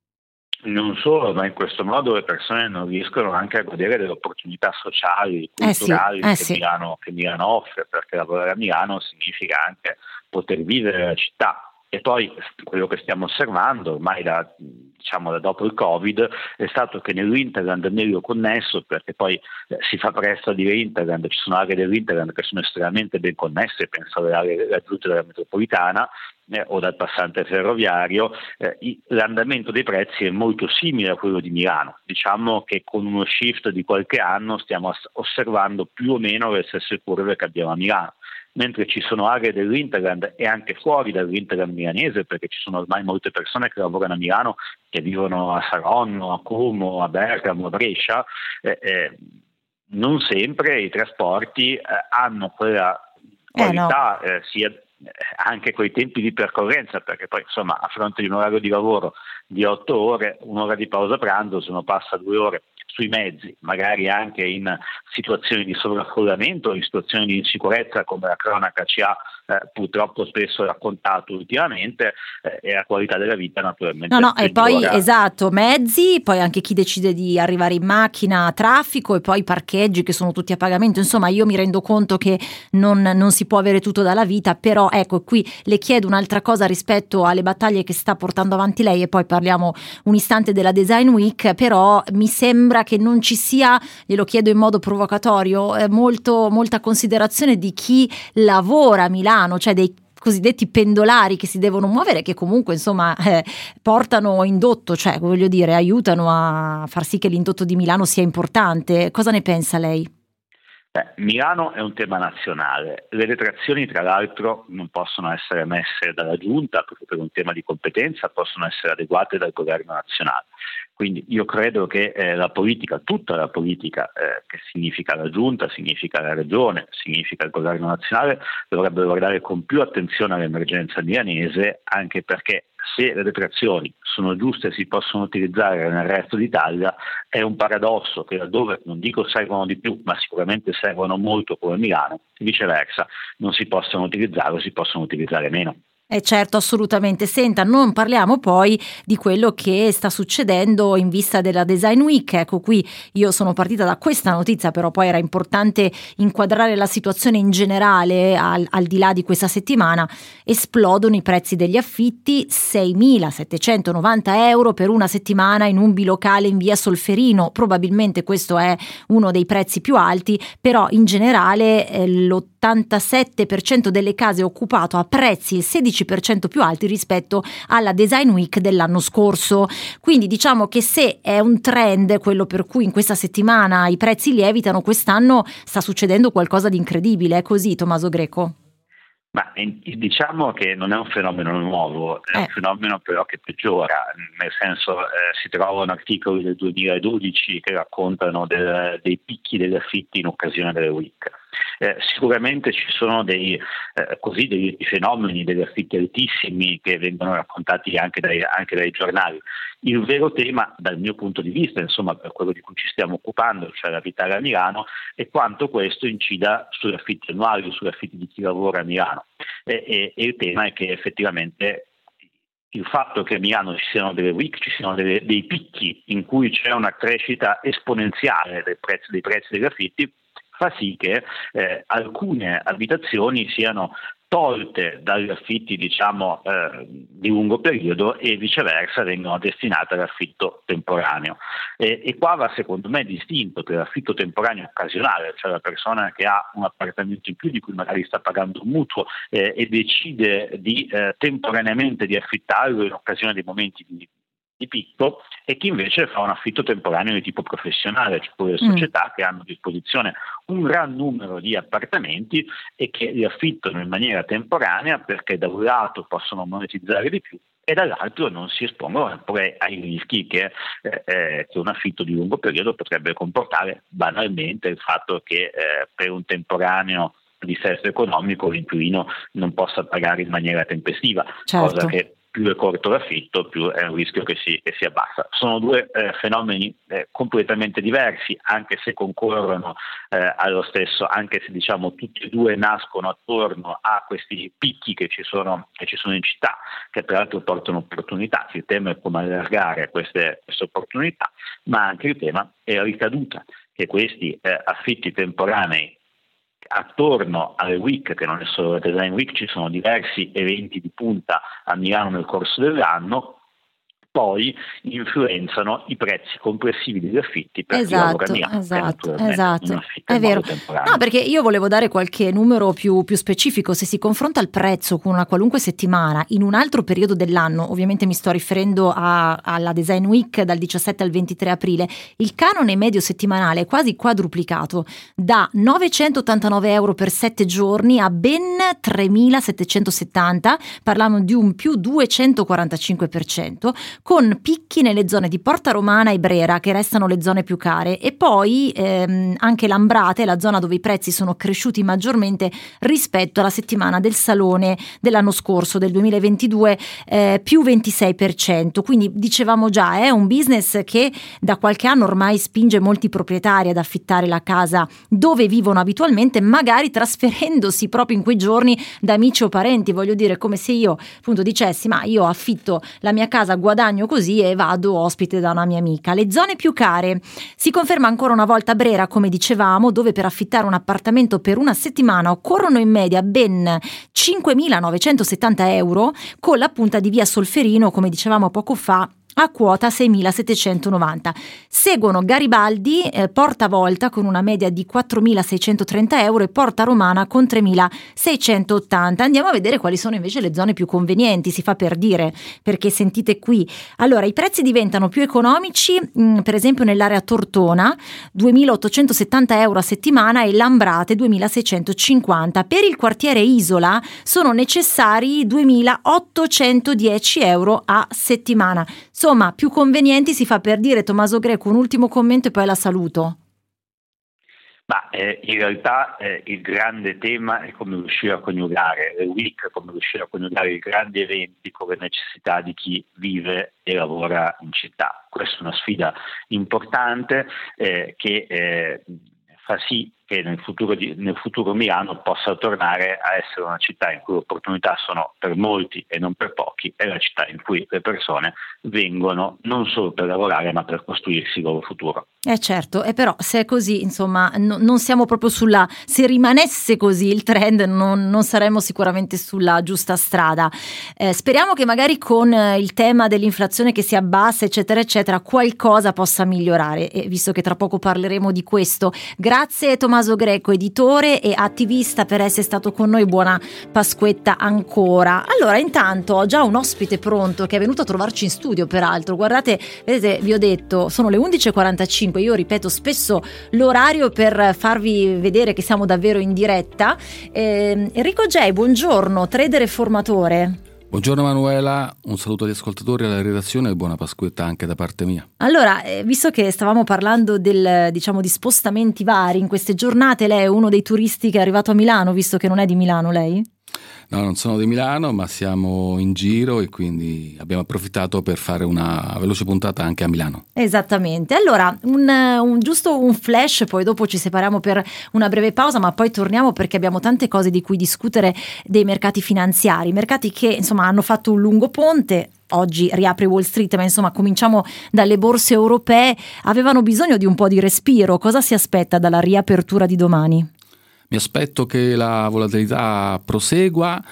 Non solo, ma in questo modo le persone non riescono anche a godere delle opportunità sociali, culturali che Milano offre, perché lavorare a Milano significa anche poter vivere la città. E poi quello che stiamo osservando ormai da dopo il Covid è stato che nell'Interland meglio connesso, perché poi si fa presto a dire Interland, ci sono aree dell'Interland che sono estremamente ben connesse, penso alle aree raggiunte dalla metropolitana o dal passante ferroviario, l'andamento dei prezzi è molto simile a quello di Milano. Diciamo che con uno shift di qualche anno stiamo osservando più o meno le stesse curve che abbiamo a Milano. Mentre ci sono aree dell'Interland e anche fuori dall'Interland milanese, perché ci sono ormai molte persone che lavorano a Milano che vivono a Saronno, a Como, a Bergamo, a Brescia, non sempre i trasporti hanno quella qualità, sia anche coi tempi di percorrenza, perché poi insomma a fronte di un orario di lavoro di 8 ore, un'ora di pausa pranzo, se uno passa 2 ore sui mezzi, magari anche in situazioni di sovraffollamento, in situazioni di insicurezza come la cronaca ci ha purtroppo spesso raccontato ultimamente, e la qualità della vita naturalmente e poi esatto, mezzi, poi anche chi decide di arrivare in macchina, traffico, e poi parcheggi che sono tutti a pagamento. Insomma, io mi rendo conto che non si può avere tutto dalla vita, però ecco, qui le chiedo un'altra cosa rispetto alle battaglie che sta portando avanti lei, e poi parliamo un istante della Design Week. Però mi sembra che non ci sia, glielo chiedo in modo provocatorio, molta considerazione di chi lavora a Milano, cioè dei cosiddetti pendolari che si devono muovere, che comunque insomma portano indotto, cioè voglio dire, aiutano a far sì che l'indotto di Milano sia importante. Cosa ne pensa lei? Milano è un tema nazionale, le detrazioni tra l'altro non possono essere messe dalla Giunta proprio per un tema di competenza, possono essere adeguate dal governo nazionale. Quindi io credo che la politica, tutta la politica, che significa la Giunta, significa la Regione, significa il governo nazionale, dovrebbe guardare con più attenzione all'emergenza milanese, anche perché se le detrazioni sono giuste e si possono utilizzare nel resto d'Italia, è un paradosso che laddove, non dico servono di più, ma sicuramente servono molto come Milano, viceversa non si possono utilizzare o si possono utilizzare meno. Certo, assolutamente. Senta, non parliamo poi di quello che sta succedendo in vista della Design Week. Ecco, qui io sono partita da questa notizia, però poi era importante inquadrare la situazione in generale al di là di questa settimana. Esplodono i prezzi degli affitti, 6.790 euro per una settimana in un bilocale in via Solferino. Probabilmente questo è uno dei prezzi più alti, però in generale l'87% delle case occupato a prezzi il 16% più alti rispetto alla Design Week dell'anno scorso. Quindi diciamo che se è un trend quello per cui in questa settimana i prezzi lievitano, quest'anno sta succedendo qualcosa di incredibile. È così, Tommaso Greco? Ma diciamo che non è un fenomeno nuovo, è un fenomeno però che peggiora, nel senso si trovano articoli del 2012 che raccontano dei picchi degli affitti in occasione delle week. Sicuramente ci sono dei fenomeni degli affitti altissimi che vengono raccontati anche dai giornali. Il vero tema, dal mio punto di vista, insomma, per quello di cui ci stiamo occupando, cioè l'abitare a Milano, è quanto questo incida sugli affitti annuali, sugli affitti di chi lavora a Milano. E il tema è che effettivamente il fatto che a Milano ci siano delle week, ci siano dei picchi in cui c'è una crescita esponenziale dei prezzi degli affitti, fa sì che alcune abitazioni siano tolte dagli affitti di lungo periodo e viceversa vengono destinate all'affitto temporaneo. E qua va secondo me distinto per l'affitto temporaneo occasionale, cioè la persona che ha un appartamento in più di cui magari sta pagando un mutuo e decide temporaneamente di affittarlo in occasione dei momenti di picco, e chi invece fa un affitto temporaneo di tipo professionale, cioè quelle società che hanno a disposizione un gran numero di appartamenti e che li affittano in maniera temporanea perché da un lato possono monetizzare di più e dall'altro non si espongono neppure ai rischi che un affitto di lungo periodo potrebbe comportare. Banalmente il fatto che per un temporaneo dissesto economico l'inquilino non possa pagare in maniera tempestiva, certo. Cosa che più è corto l'affitto, più è un rischio che si abbassa. Sono due fenomeni completamente diversi, anche se concorrono allo stesso, anche se diciamo tutti e due nascono attorno a questi picchi che ci sono in città, che peraltro portano opportunità. Il tema è come allargare queste opportunità, ma anche il tema è la ricaduta che questi affitti temporanei attorno alle week, che non è solo la Design Week, ci sono diversi eventi di punta a Milano nel corso dell'anno, poi influenzano i prezzi complessivi degli affitti per chi lavora a Milano. Esatto. È vero. No, perché io volevo dare qualche numero più specifico. Se si confronta il prezzo con una qualunque settimana in un altro periodo dell'anno, ovviamente mi sto riferendo alla Design Week dal 17 al 23 aprile, il canone medio settimanale è quasi quadruplicato, da 989 euro per 7 giorni a ben 3.770, parliamo di un più 245%, con picchi nelle zone di Porta Romana e Brera, che restano le zone più care, e poi anche Lambrate, la zona dove i prezzi sono cresciuti maggiormente rispetto alla settimana del Salone dell'anno scorso, del 2022, più 26%. Quindi dicevamo già, è un business che da qualche anno ormai spinge molti proprietari ad affittare la casa dove vivono abitualmente, magari trasferendosi proprio in quei giorni da amici o parenti. Voglio dire, come se io appunto dicessi: ma io affitto la mia casa, guadagno così e vado ospite da una mia amica. Le zone più care, si conferma ancora una volta Brera, come dicevamo, dove per affittare un appartamento per una settimana occorrono in media ben 5.970 euro, con la punta di via Solferino, come dicevamo poco fa, a quota 6.790. Seguono Garibaldi, Porta Volta con una media di 4.630 euro e Porta Romana con 3.680. Andiamo a vedere quali sono invece le zone più convenienti, si fa per dire, perché sentite qui. Allora, i prezzi diventano più economici, per esempio nell'area Tortona 2.870 euro a settimana e Lambrate 2.650. Per il quartiere Isola sono necessari 2.810 euro a settimana. Insomma, più convenienti, si fa per dire. Tommaso Greco, un ultimo commento e poi la saluto. Ma in realtà il grande tema è come riuscire a coniugare le week, come riuscire a coniugare i grandi eventi con le necessità di chi vive e lavora in città. Questa è una sfida importante che fa sì che nel futuro Milano possa tornare a essere una città in cui le opportunità sono per molti e non per pochi, è la città in cui le persone vengono non solo per lavorare ma per costruirsi il loro futuro. Certo, e però se è così, insomma, non siamo proprio se rimanesse così il trend non saremmo sicuramente sulla giusta strada. Speriamo che magari con il tema dell'inflazione che si abbassa, eccetera eccetera, qualcosa possa migliorare, e visto che tra poco parleremo di questo, grazie Tommaso Greco, editore e attivista, per essere stato con noi. Buona Pasquetta ancora. Allora, intanto ho già un ospite pronto che è venuto a trovarci in studio, peraltro. Guardate, vedete, vi ho detto, sono le 11.45. Io ripeto spesso l'orario per farvi vedere che siamo davvero in diretta. Enrico Gei, buongiorno, trader e formatore. Buongiorno Manuela, un saluto agli ascoltatori, alla redazione e buona Pasquetta anche da parte mia. Allora, visto che stavamo parlando di spostamenti vari in queste giornate, lei è uno dei turisti che è arrivato a Milano, visto che non è di Milano lei? No, non sono di Milano, ma siamo in giro e quindi abbiamo approfittato per fare una veloce puntata anche a Milano. Esattamente. Allora, giusto un flash, poi dopo ci separiamo per una breve pausa, ma poi torniamo perché abbiamo tante cose di cui discutere dei mercati finanziari, mercati che insomma hanno fatto un lungo ponte. Oggi riapre Wall Street, ma insomma cominciamo dalle borse europee. Avevano bisogno di un po' di respiro. Cosa si aspetta dalla riapertura di domani? Mi aspetto che la volatilità prosegua,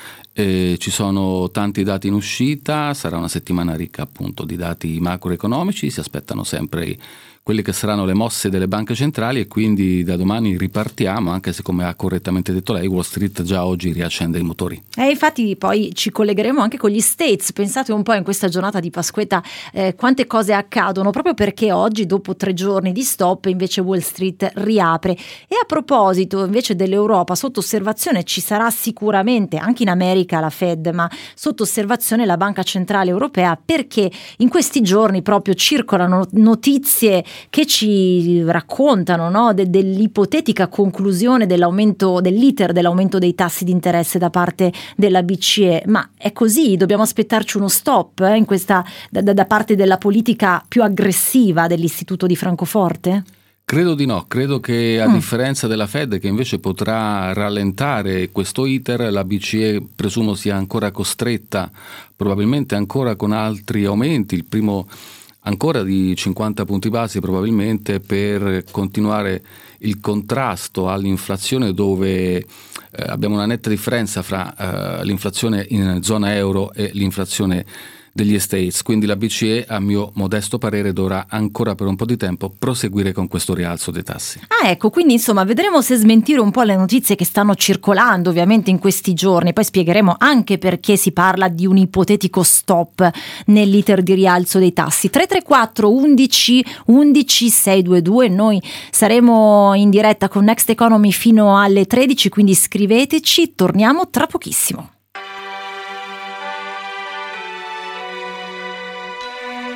ci sono tanti dati in uscita, sarà una settimana ricca appunto di dati macroeconomici, si aspettano sempre quelle che saranno le mosse delle banche centrali e quindi da domani ripartiamo, anche se come ha correttamente detto lei Wall Street già oggi riaccende i motori. Infatti poi ci collegheremo anche con gli States. Pensate un po' in questa giornata di Pasquetta quante cose accadono, proprio perché oggi dopo 3 giorni di stop invece Wall Street riapre. E a proposito invece dell'Europa, sotto osservazione ci sarà sicuramente anche in America la Fed, ma sotto osservazione la Banca Centrale Europea, perché in questi giorni proprio circolano notizie che ci raccontano, no, dell'ipotetica conclusione dell'iter dell'aumento dei tassi di interesse da parte della BCE. Ma è così? Dobbiamo aspettarci uno stop in questa da parte della politica più aggressiva dell'Istituto di Francoforte? Credo di no, credo che a differenza della Fed, che invece potrà rallentare questo iter, la BCE presumo sia ancora costretta, probabilmente ancora con altri aumenti, il primo ancora di 50 punti base probabilmente, per continuare il contrasto all'inflazione, dove abbiamo una netta differenza fra l'inflazione in zona euro e l'inflazione degli States, quindi la BCE a mio modesto parere dovrà ancora per un po' di tempo proseguire con questo rialzo dei tassi. Ecco, quindi insomma vedremo se smentire un po' le notizie che stanno circolando ovviamente in questi giorni, poi spiegheremo anche perché si parla di un ipotetico stop nell'iter di rialzo dei tassi. 334 11 11 622, noi saremo in diretta con Next Economy fino alle 13, quindi scriveteci, torniamo tra pochissimo.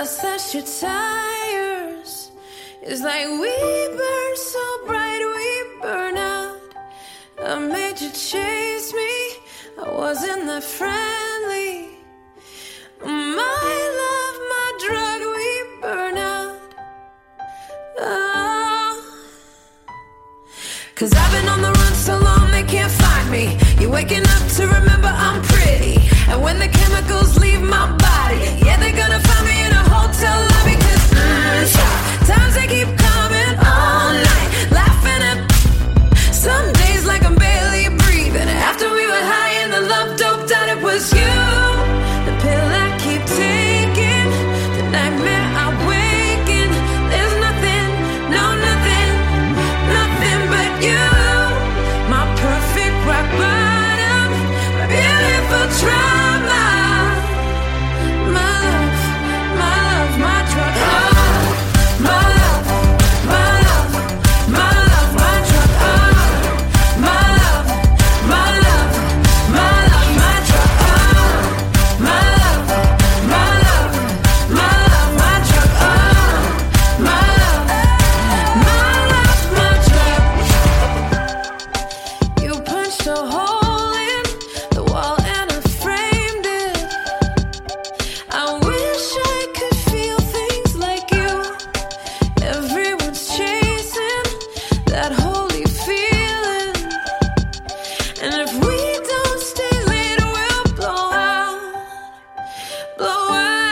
slashed your tires. It's like we burn so bright, we burn out. I made you chase me, I wasn't that friendly. My love, my drug, we burn out. Oh. 'Cause I've been on the run so long they can't find me. You're waking up to remember I'm pretty. And when the chemicals leave my body, yeah, they're gonna find me in a hotel lobby. 'Cause times they keep coming all night, laughing at some days like I'm barely breathing. After we were high and the love doped out, it was you. The pill I keep taking, the nightmare I wake in. There's nothing, no nothing, nothing but you. My perfect rock bottom, my beautiful trauma. My love, my love, my drug. Oh, my love, my love, my love, my drug. Oh, my love, my love, my love, my drug. Oh, my love, my love, my love, my drug. Oh, my love, my drug. You punched a hole in the wall and I framed it. I wish I could feel things like you. Everyone's chasing that holy feeling. And if we don't stay late, we'll blow out. Blow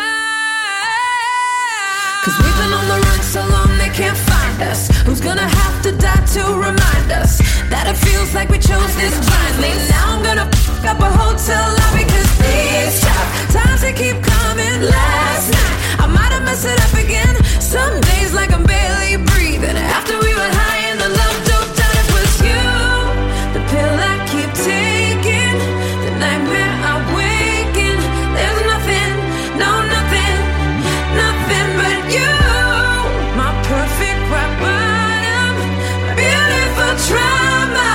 out. 'Cause we've been on the run so long they can't find us. Who's gonna have to die to remind us that it feels like we chose this blindly? Now I'm gonna fuck up a hotel lobby. 'Cause these times they keep coming. Last night I might have messed it up again. Some days like I'm barely breathing. After we were high and the love doped out, it was you. The pill I keep taking, the nightmare I wake in. There's nothing, no nothing, nothing but you. My perfect rock bottom, my beautiful trauma.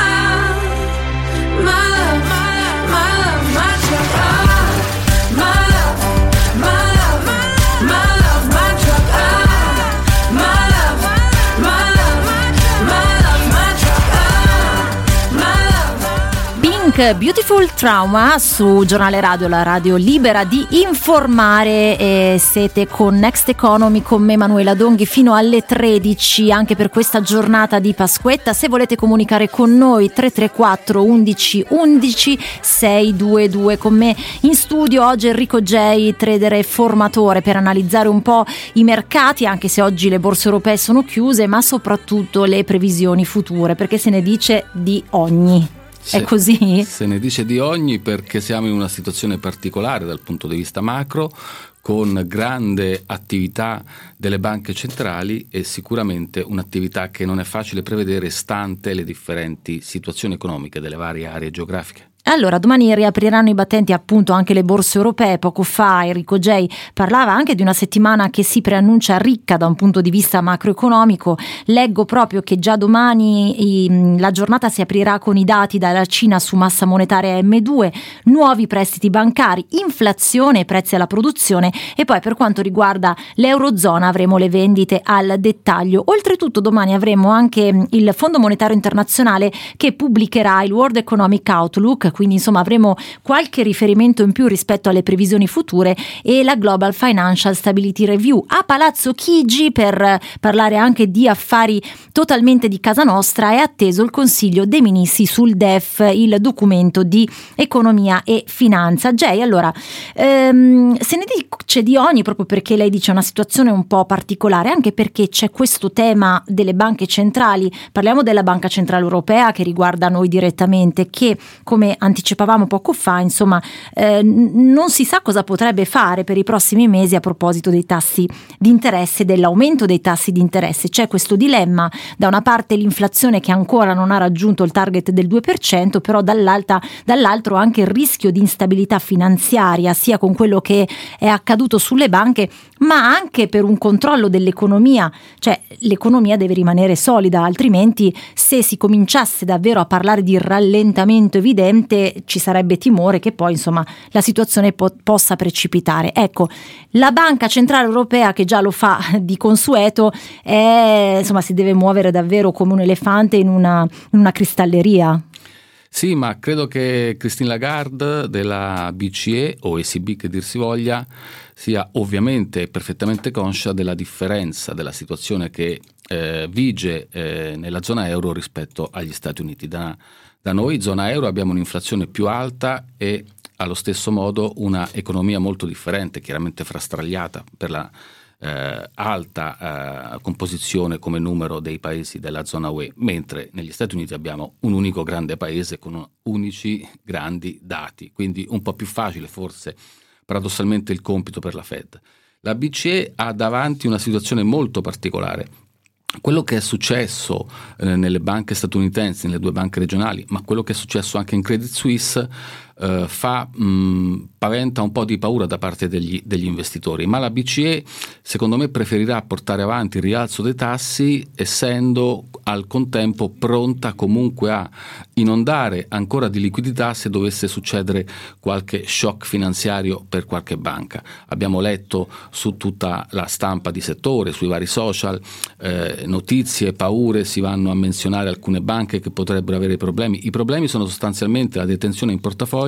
My love, my love, my drug. Oh, my love, my love, my love, my drug. Oh, my love, my love, my love, my drug. Oh, my love. Pink, Beautiful Trauma su Giornale Radio, la radio libera di informare. Siete con Next Economy con me, Manuela Donghi, fino alle 13 anche per questa giornata di Pasquetta. Se volete comunicare con noi 334 11 11 622. Con me in studio oggi Enrico Gei, trader e formatore, per analizzare un po' i mercati, anche se oggi le borse europee sono chiuse, ma soprattutto le previsioni future, perché se ne dice di ogni. È così? Se ne dice di ogni, perché siamo in una situazione particolare dal punto di vista macro, con grande attività delle banche centrali e sicuramente un'attività che non è facile prevedere stante le differenti situazioni economiche delle varie aree geografiche. Allora, domani riapriranno i battenti appunto anche le borse europee. Poco fa Enrico Gei parlava anche di una settimana che si preannuncia ricca da un punto di vista macroeconomico. Leggo proprio che già domani la giornata si aprirà con i dati dalla Cina su massa monetaria M2, nuovi prestiti bancari, inflazione e prezzi alla produzione, e poi per quanto riguarda l'Eurozona avremo le vendite al dettaglio. Oltretutto domani avremo anche il Fondo Monetario Internazionale che pubblicherà il World Economic Outlook, quindi insomma avremo qualche riferimento in più rispetto alle previsioni future, e la Global Financial Stability Review. A Palazzo Chigi, per parlare anche di affari totalmente di casa nostra, è atteso il Consiglio dei Ministri sul DEF, il documento di economia e finanza. Gei, allora se ne dice di ogni, proprio perché lei dice una situazione un po' particolare, anche perché c'è questo tema delle banche centrali. Parliamo della Banca Centrale Europea, che riguarda noi direttamente, che come anticipavamo poco fa, insomma, non si sa cosa potrebbe fare per i prossimi mesi a proposito dei tassi di interesse, dell'aumento dei tassi di interesse. C'è questo dilemma: da una parte l'inflazione che ancora non ha raggiunto il target del 2%, però dall'altro anche il rischio di instabilità finanziaria, sia con quello che è accaduto sulle banche, ma anche per un controllo dell'economia. Cioè, l'economia deve rimanere solida, altrimenti se si cominciasse davvero a parlare di rallentamento evidente ovviamente ci sarebbe timore che poi insomma la situazione possa precipitare. Ecco, la Banca Centrale Europea, che già lo fa di consueto, insomma si deve muovere davvero come un elefante in una cristalleria. Sì, ma credo che Christine Lagarde della BCE o ECB che dir si voglia sia ovviamente perfettamente conscia della differenza della situazione che vige nella zona euro rispetto agli Stati Uniti. Da noi, zona euro, abbiamo un'inflazione più alta e allo stesso modo una economia molto differente, chiaramente frastagliata per la alta composizione come numero dei paesi della zona UE, mentre negli Stati Uniti abbiamo un unico grande paese con unici grandi dati, quindi un po' più facile forse paradossalmente il compito per la Fed. La BCE ha davanti una situazione molto particolare. Quello che è successo nelle banche statunitensi, nelle 2 banche regionali, ma quello che è successo anche in Credit Suisse paventa un po' di paura da parte degli investitori, ma la BCE secondo me preferirà portare avanti il rialzo dei tassi, essendo al contempo pronta comunque a inondare ancora di liquidità se dovesse succedere qualche shock finanziario per qualche banca. Abbiamo letto su tutta la stampa di settore, sui vari social, notizie, paure, si vanno a menzionare alcune banche che potrebbero avere problemi. I problemi sono sostanzialmente la detenzione in portafoglio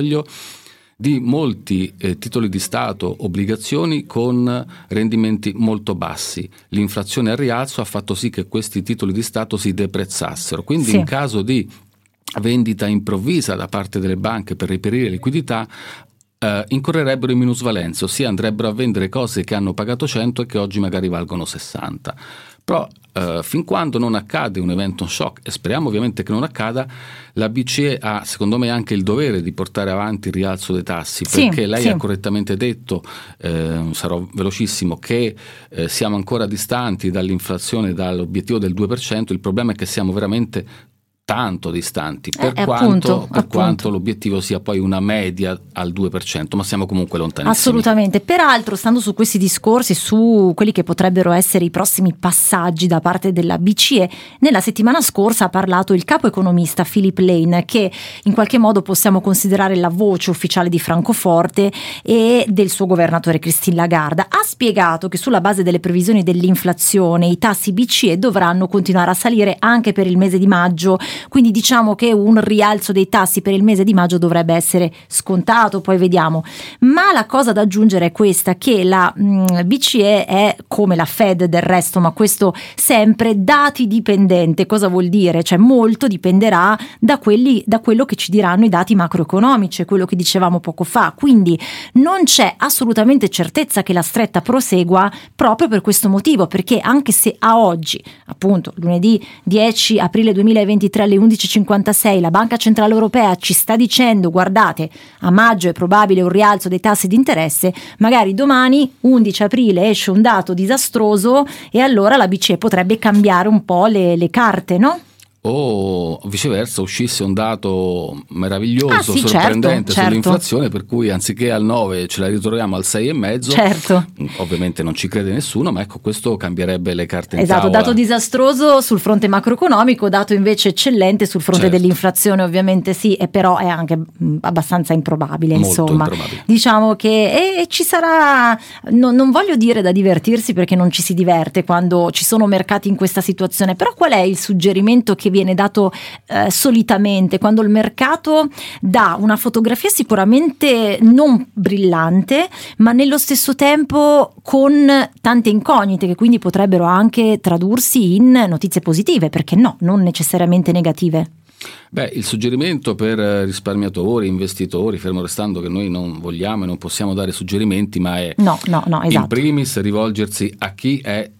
di molti titoli di Stato, obbligazioni con rendimenti molto bassi. L'inflazione al rialzo ha fatto sì che questi titoli di Stato si deprezzassero, quindi sì, in caso di vendita improvvisa da parte delle banche per reperire liquidità incorrerebbero in minusvalenza, ossia andrebbero a vendere cose che hanno pagato 100 e che oggi magari valgono 60. Però fin quando non accade un evento shock, e speriamo ovviamente che non accada, la BCE ha secondo me anche il dovere di portare avanti il rialzo dei tassi, perché lei ha correttamente detto, sarò velocissimo, che siamo ancora distanti dall'inflazione, dall'obiettivo del 2%. Il problema è che siamo veramente tanto distanti, per quanto l'obiettivo sia poi una media al 2%, ma siamo comunque lontanissimi. Assolutamente. Peraltro, stando su questi discorsi, su quelli che potrebbero essere i prossimi passaggi da parte della BCE, nella settimana scorsa ha parlato il capo economista Philip Lane, che in qualche modo possiamo considerare la voce ufficiale di Francoforte e del suo governatore Christine Lagarde. Ha spiegato che sulla base delle previsioni dell'inflazione i tassi BCE dovranno continuare a salire anche per il mese di maggio. Quindi diciamo che un rialzo dei tassi per il mese di maggio dovrebbe essere scontato, poi vediamo. Ma la cosa da aggiungere è questa, che la BCE è come la Fed del resto, ma questo sempre dati dipendente. Cosa vuol dire? Cioè molto dipenderà da quello che ci diranno i dati macroeconomici, quello che dicevamo poco fa. Quindi non c'è assolutamente certezza che la stretta prosegua proprio per questo motivo, perché anche se a oggi, appunto lunedì 10 aprile 2023 alle 11.56 la Banca Centrale Europea ci sta dicendo guardate, a maggio è probabile un rialzo dei tassi di interesse, magari domani 11 aprile esce un dato disastroso e allora la BCE potrebbe cambiare un po' le carte, no? O viceversa uscisse un dato meraviglioso, sorprendente, certo, sull'inflazione, per cui anziché al 9 ce la ritroviamo al 6,5. Certo. Ovviamente non ci crede nessuno, ma ecco, questo cambierebbe le carte in tavola. Dato disastroso sul fronte macroeconomico, dato invece eccellente sul fronte dell'inflazione, ovviamente sì, e però è anche abbastanza improbabile, molto insomma. Improbabile. Diciamo che ci sarà, non voglio dire da divertirsi, perché non ci si diverte quando ci sono mercati in questa situazione, però qual è il suggerimento che viene dato solitamente quando il mercato dà una fotografia sicuramente non brillante, ma nello stesso tempo con tante incognite che quindi potrebbero anche tradursi in notizie positive, perché no, non necessariamente negative? Il suggerimento per risparmiatori, investitori, fermo restando che noi non vogliamo e non possiamo dare suggerimenti, ma è esatto. In primis rivolgersi a chi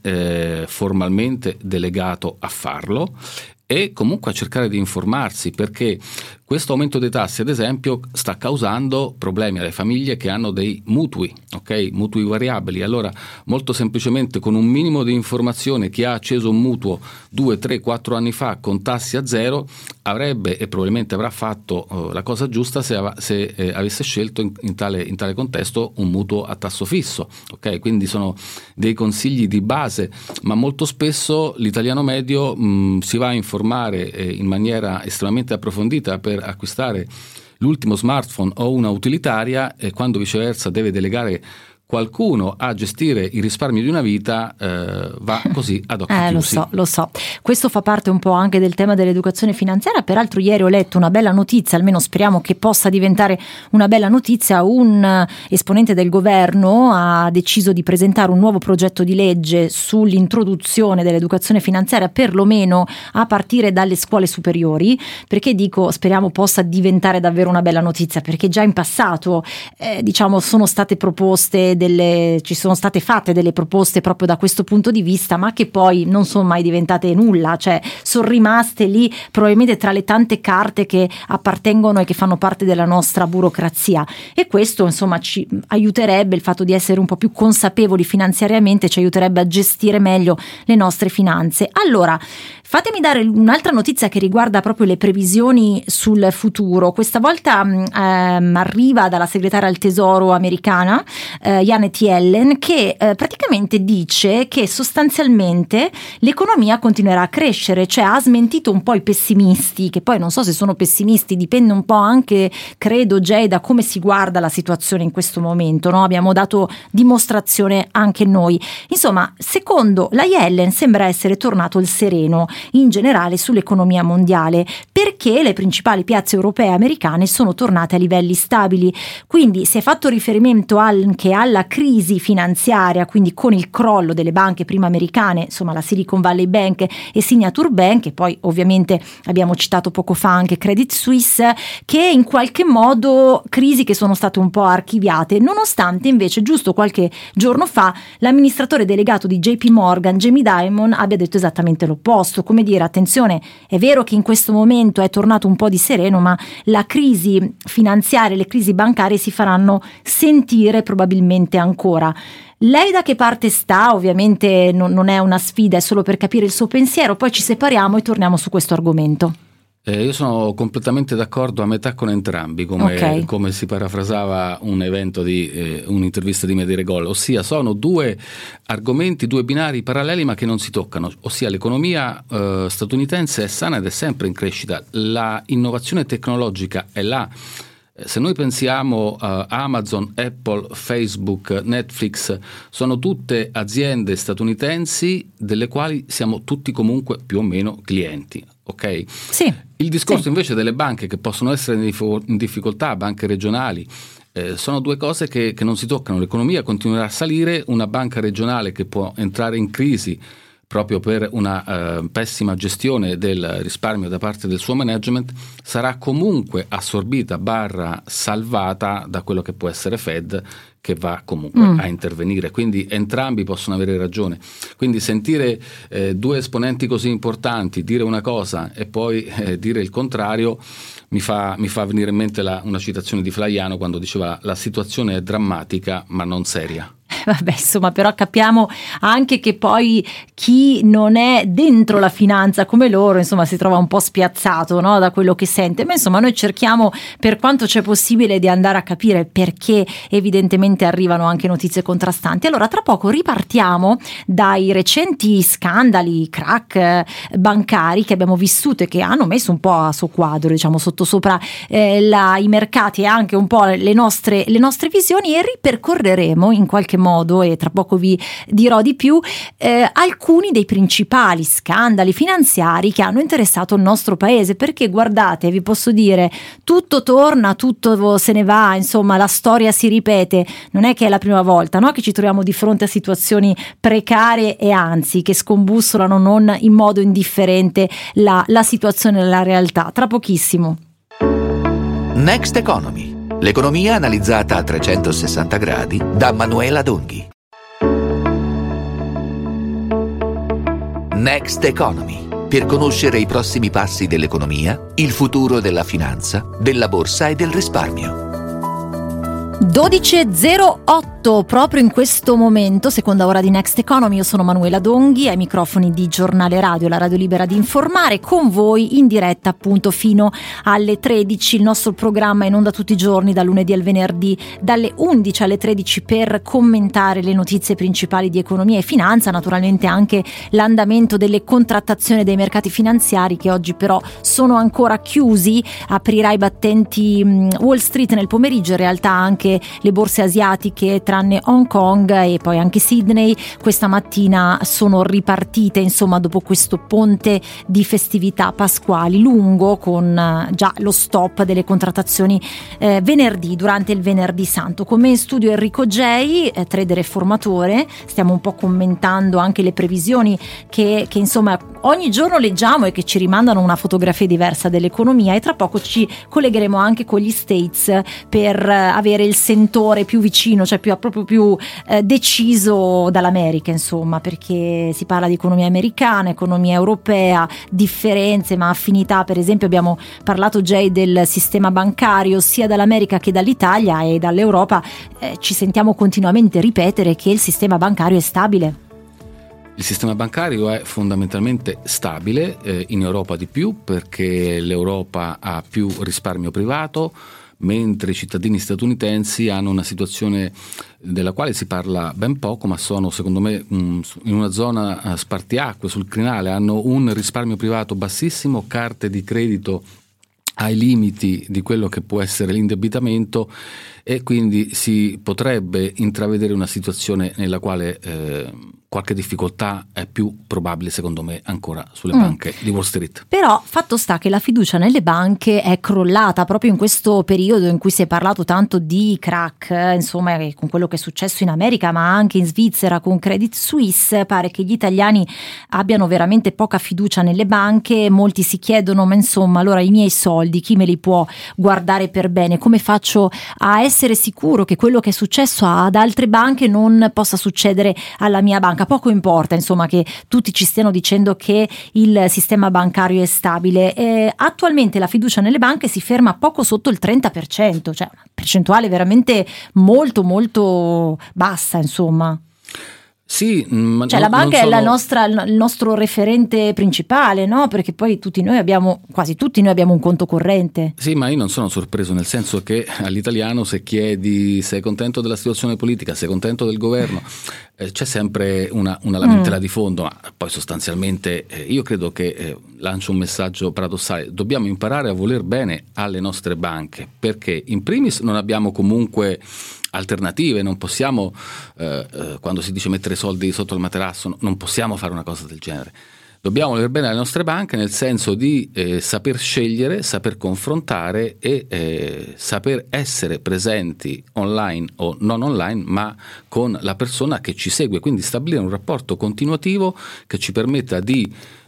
è formalmente delegato a farlo e comunque a cercare di informarsi, perché questo aumento dei tassi, ad esempio, sta causando problemi alle famiglie che hanno dei mutui, mutui variabili. Allora, molto semplicemente, con un minimo di informazione, chi ha acceso un mutuo 2, 3, 4 anni fa con tassi a zero avrebbe e probabilmente avrà fatto la cosa giusta se avesse scelto in tale contesto un mutuo a tasso fisso. Quindi sono dei consigli di base, ma molto spesso l'italiano medio si va a informare in maniera estremamente approfondita per acquistare l'ultimo smartphone o una utilitaria, e quando viceversa deve delegare qualcuno a gestire i risparmi di una vita, va così ad occhi chiusi. Lo so. Questo fa parte un po' anche del tema dell'educazione finanziaria. Peraltro ieri ho letto una bella notizia, almeno speriamo che possa diventare una bella notizia. Un esponente del governo ha deciso di presentare un nuovo progetto di legge sull'introduzione dell'educazione finanziaria, perlomeno a partire dalle scuole superiori. Perché dico speriamo possa diventare davvero una bella notizia? Perché già in passato sono state proposte ci sono state fatte delle proposte proprio da questo punto di vista, ma che poi non sono mai diventate nulla, cioè sono rimaste lì probabilmente tra le tante carte che appartengono e che fanno parte della nostra burocrazia. E questo insomma ci aiuterebbe, il fatto di essere un po' più consapevoli finanziariamente ci aiuterebbe a gestire meglio le nostre finanze. Allora, fatemi dare un'altra notizia che riguarda proprio le previsioni sul futuro. Questa volta arriva dalla segretaria al Tesoro americana, Janet Yellen, che praticamente dice che sostanzialmente l'economia continuerà a crescere, cioè ha smentito un po' i pessimisti, che poi non so se sono pessimisti, dipende un po' anche, credo, Jay, da come si guarda la situazione in questo momento, no? Abbiamo dato dimostrazione anche noi. Insomma, secondo la Yellen sembra essere tornato il sereno in generale sull'economia mondiale, perché le principali piazze europee e americane sono tornate a livelli stabili. Quindi si è fatto riferimento anche alla crisi finanziaria, quindi con il crollo delle banche prima americane, insomma la Silicon Valley Bank e Signature Bank, e poi ovviamente abbiamo citato poco fa anche Credit Suisse, che in qualche modo crisi che sono state un po' archiviate, nonostante invece giusto qualche giorno fa l'amministratore delegato di JP Morgan, Jamie Dimon, abbia detto esattamente l'opposto, come dire, attenzione, è vero che in questo momento è tornato un po' di sereno, ma la crisi finanziaria e le crisi bancarie si faranno sentire probabilmente ancora. Lei da che parte sta? Ovviamente non è una sfida, è solo per capire il suo pensiero, poi ci separiamo e torniamo su questo argomento. Io sono completamente d'accordo, a metà con entrambi, come si parafrasava un evento di un'intervista di Media Regol, ossia sono due argomenti, due binari paralleli ma che non si toccano, ossia l'economia statunitense è sana ed è sempre in crescita, la innovazione tecnologica è là. Se noi pensiamo a Amazon, Apple, Facebook, Netflix, sono tutte aziende statunitensi delle quali siamo tutti comunque più o meno clienti, ok? Sì. Il discorso invece delle banche che possono essere in difficoltà, banche regionali, sono due cose che non si toccano. L'economia continuerà a salire, una banca regionale che può entrare in crisi proprio per una pessima gestione del risparmio da parte del suo management, sarà comunque assorbita / salvata da quello che può essere Fed, che va comunque a intervenire. Quindi entrambi possono avere ragione. Quindi sentire due esponenti così importanti dire una cosa e poi dire il contrario mi fa venire in mente una citazione di Flaiano quando diceva: la situazione è drammatica ma non seria. Vabbè, insomma, però capiamo anche che poi chi non è dentro la finanza come loro, insomma, si trova un po' spiazzato, no, da quello che sente. Ma insomma, noi cerchiamo per quanto c'è possibile di andare a capire, perché evidentemente arrivano anche notizie contrastanti. Allora, tra poco ripartiamo dai recenti scandali, crack bancari che abbiamo vissuto e che hanno messo un po' a soqquadro, diciamo, sottosopra i mercati e anche un po' le nostre visioni, e ripercorreremo in qualche modo, e tra poco vi dirò di più, alcuni dei principali scandali finanziari che hanno interessato il nostro paese, perché guardate, vi posso dire, tutto torna, tutto se ne va, insomma la storia si ripete, non è che è la prima volta, no, che ci troviamo di fronte a situazioni precarie e anzi che scombussolano non in modo indifferente la situazione e la realtà. Tra pochissimo. Next Economy. L'economia analizzata a 360 gradi da Manuela Donghi. Next Economy. Per conoscere i prossimi passi dell'economia, il futuro della finanza, della borsa e del risparmio. 12.08. tutto proprio in questo momento, seconda ora di Next Economy. Io sono Manuela Donghi, ai microfoni di Giornale Radio, la radio libera di informare, con voi in diretta appunto fino alle 13. Il nostro programma è in onda tutti i giorni, dal lunedì al venerdì, dalle 11 alle 13, per commentare le notizie principali di economia e finanza, naturalmente anche l'andamento delle contrattazioni dei mercati finanziari, che oggi però sono ancora chiusi. Aprirà i battenti Wall Street nel pomeriggio, in realtà anche le borse asiatiche tranne Hong Kong e poi anche Sydney questa mattina sono ripartite, insomma, dopo questo ponte di festività pasquali lungo, con già lo stop delle contrattazioni venerdì, durante il venerdì santo. Con me in studio Enrico Gei, trader e formatore. Stiamo un po' commentando anche le previsioni che insomma ogni giorno leggiamo e che ci rimandano una fotografia diversa dell'economia, e tra poco ci collegheremo anche con gli States per avere il sentore più vicino, cioè proprio più deciso dall'America, insomma, perché si parla di economia americana, economia europea, differenze ma affinità. Per esempio abbiamo parlato già del sistema bancario sia dall'America che dall'Italia, e dall'Europa ci sentiamo continuamente ripetere che il sistema bancario è stabile. Il sistema bancario è fondamentalmente stabile, in Europa di più, perché l'Europa ha più risparmio privato, mentre i cittadini statunitensi hanno una situazione della quale si parla ben poco, ma sono secondo me in una zona spartiacque sul crinale. Hanno un risparmio privato bassissimo, carte di credito ai limiti di quello che può essere l'indebitamento, e quindi si potrebbe intravedere una situazione nella quale qualche difficoltà è più probabile, secondo me, ancora sulle banche di Wall Street. Però fatto sta che la fiducia nelle banche è crollata proprio in questo periodo in cui si è parlato tanto di crack, insomma, con quello che è successo in America, ma anche in Svizzera con Credit Suisse. Pare che gli italiani abbiano veramente poca fiducia nelle banche. Molti si chiedono: ma insomma, allora i miei soldi chi me li può guardare per bene? Come faccio a essere sicuro che quello che è successo ad altre banche non possa succedere alla mia banca? Poco importa, insomma, che tutti ci stiano dicendo che il sistema bancario è stabile. Attualmente la fiducia nelle banche si ferma poco sotto il 30%, cioè una percentuale veramente molto molto bassa, insomma. Sì, cioè la banca è il nostro referente principale, no? Perché poi quasi tutti noi abbiamo un conto corrente. Sì, ma io non sono sorpreso, nel senso che all'italiano, se chiedi sei contento della situazione politica, sei contento del governo, c'è sempre una lamentela di fondo. Ma poi sostanzialmente io credo che lancio un messaggio paradossale: dobbiamo imparare a voler bene alle nostre banche, perché in primis non abbiamo comunque alternative, non possiamo, quando si dice mettere soldi sotto il materasso, non possiamo fare una cosa del genere. Dobbiamo voler bene alle nostre banche, nel senso di saper scegliere, saper confrontare e saper essere presenti online o non online, ma con la persona che ci segue, quindi stabilire un rapporto continuativo che ci permetta di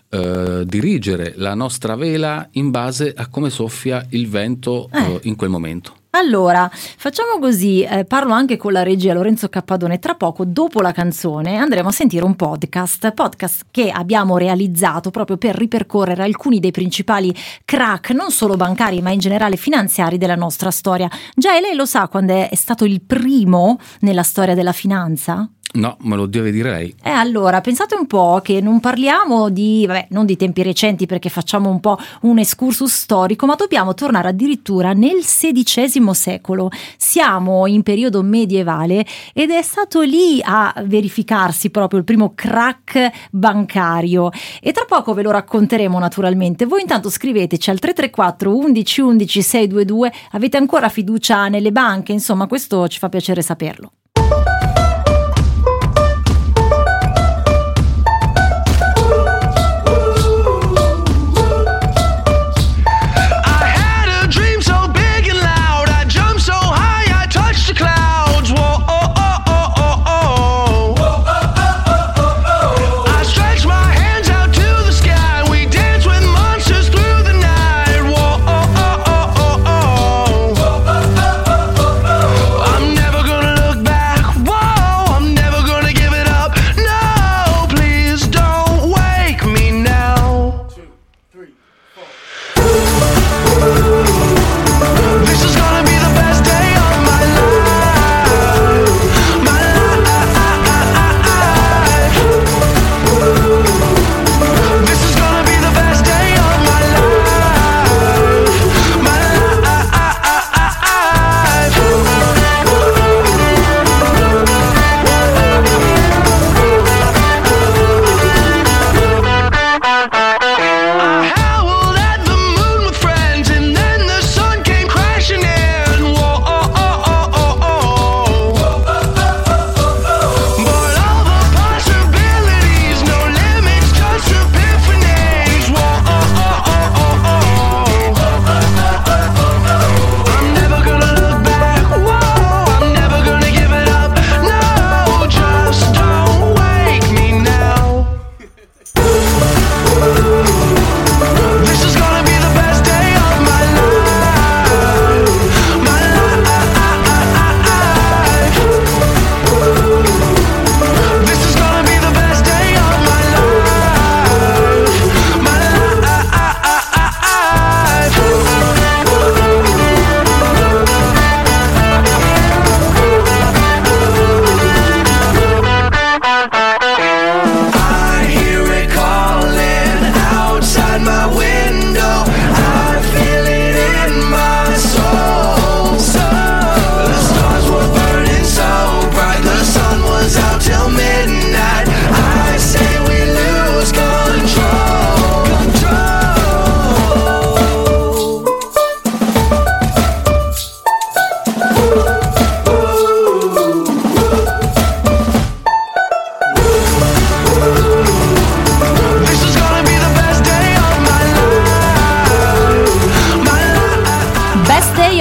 dirigere la nostra vela in base a come soffia il vento in quel momento. Allora, facciamo così, parlo anche con la regia Lorenzo Cappadone. Tra poco, dopo la canzone, andremo a sentire un podcast che abbiamo realizzato proprio per ripercorrere alcuni dei principali crack, non solo bancari ma in generale finanziari, della nostra storia. Già, e lei lo sa quando è stato il primo nella storia della finanza? No, me lo deve dire lei. Allora, pensate un po' che non parliamo non di tempi recenti, perché facciamo un po' un excursus storico, ma dobbiamo tornare addirittura nel XVI secolo. Siamo in periodo medievale ed è stato lì a verificarsi proprio il primo crack bancario, e tra poco ve lo racconteremo naturalmente. Voi intanto scriveteci al 334 11 11 622, avete ancora fiducia nelle banche? Insomma, questo ci fa piacere saperlo. I'm never gonna look back.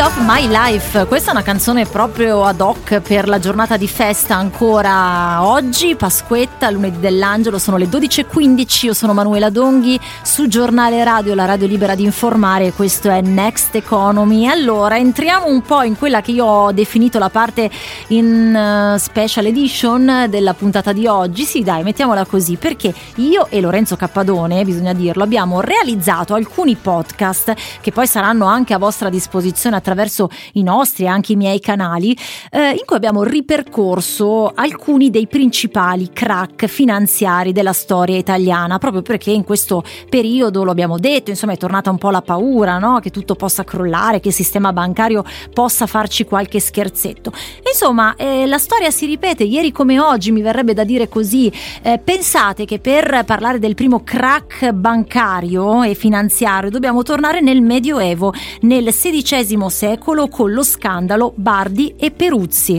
of My Life, questa è una canzone proprio ad hoc per la giornata di festa ancora oggi, Pasquetta, lunedì dell'Angelo, sono le 12:15, io sono Manuela Donghi, su Giornale Radio, la radio libera di informare, e questo è Next Economy. Allora, entriamo un po' in quella che io ho definito la parte in special edition della puntata di oggi, sì dai, mettiamola così, perché io e Lorenzo Cappadone, bisogna dirlo, abbiamo realizzato alcuni podcast che poi saranno anche a vostra disposizione attraverso i nostri e anche i miei canali, in cui abbiamo ripercorso alcuni dei principali crack finanziari della storia italiana, proprio perché in questo periodo, lo abbiamo detto, insomma è tornata un po' la paura, no? Che tutto possa crollare, che il sistema bancario possa farci qualche scherzetto. Insomma, la storia si ripete, ieri come oggi, mi verrebbe da dire così. Pensate che per parlare del primo crack bancario e finanziario dobbiamo tornare nel Medioevo, nel XVI secolo, con lo scandalo Bardi e Peruzzi.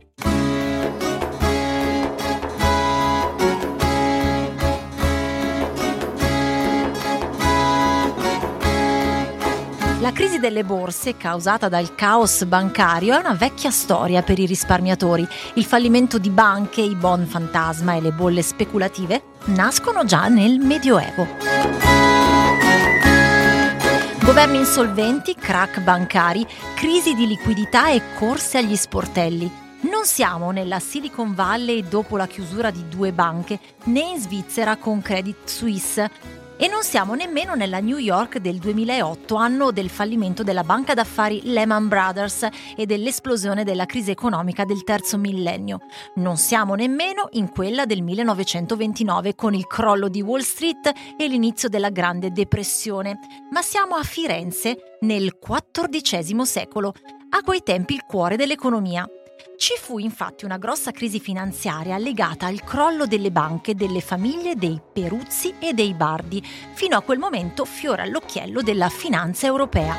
La crisi delle borse causata dal caos bancario è una vecchia storia per i risparmiatori. Il fallimento di banche, i bond fantasma e le bolle speculative nascono già nel Medioevo. Governi insolventi, crack bancari, crisi di liquidità e corse agli sportelli. Non siamo nella Silicon Valley dopo la chiusura di 2 banche, né in Svizzera con Credit Suisse. E non siamo nemmeno nella New York del 2008, anno del fallimento della banca d'affari Lehman Brothers e dell'esplosione della crisi economica del terzo millennio. Non siamo nemmeno in quella del 1929 con il crollo di Wall Street e l'inizio della Grande Depressione, ma siamo a Firenze nel XIV secolo, a quei tempi il cuore dell'economia. Ci fu infatti una grossa crisi finanziaria legata al crollo delle banche, delle famiglie dei Peruzzi e dei Bardi, fino a quel momento fiore all'occhiello della finanza europea.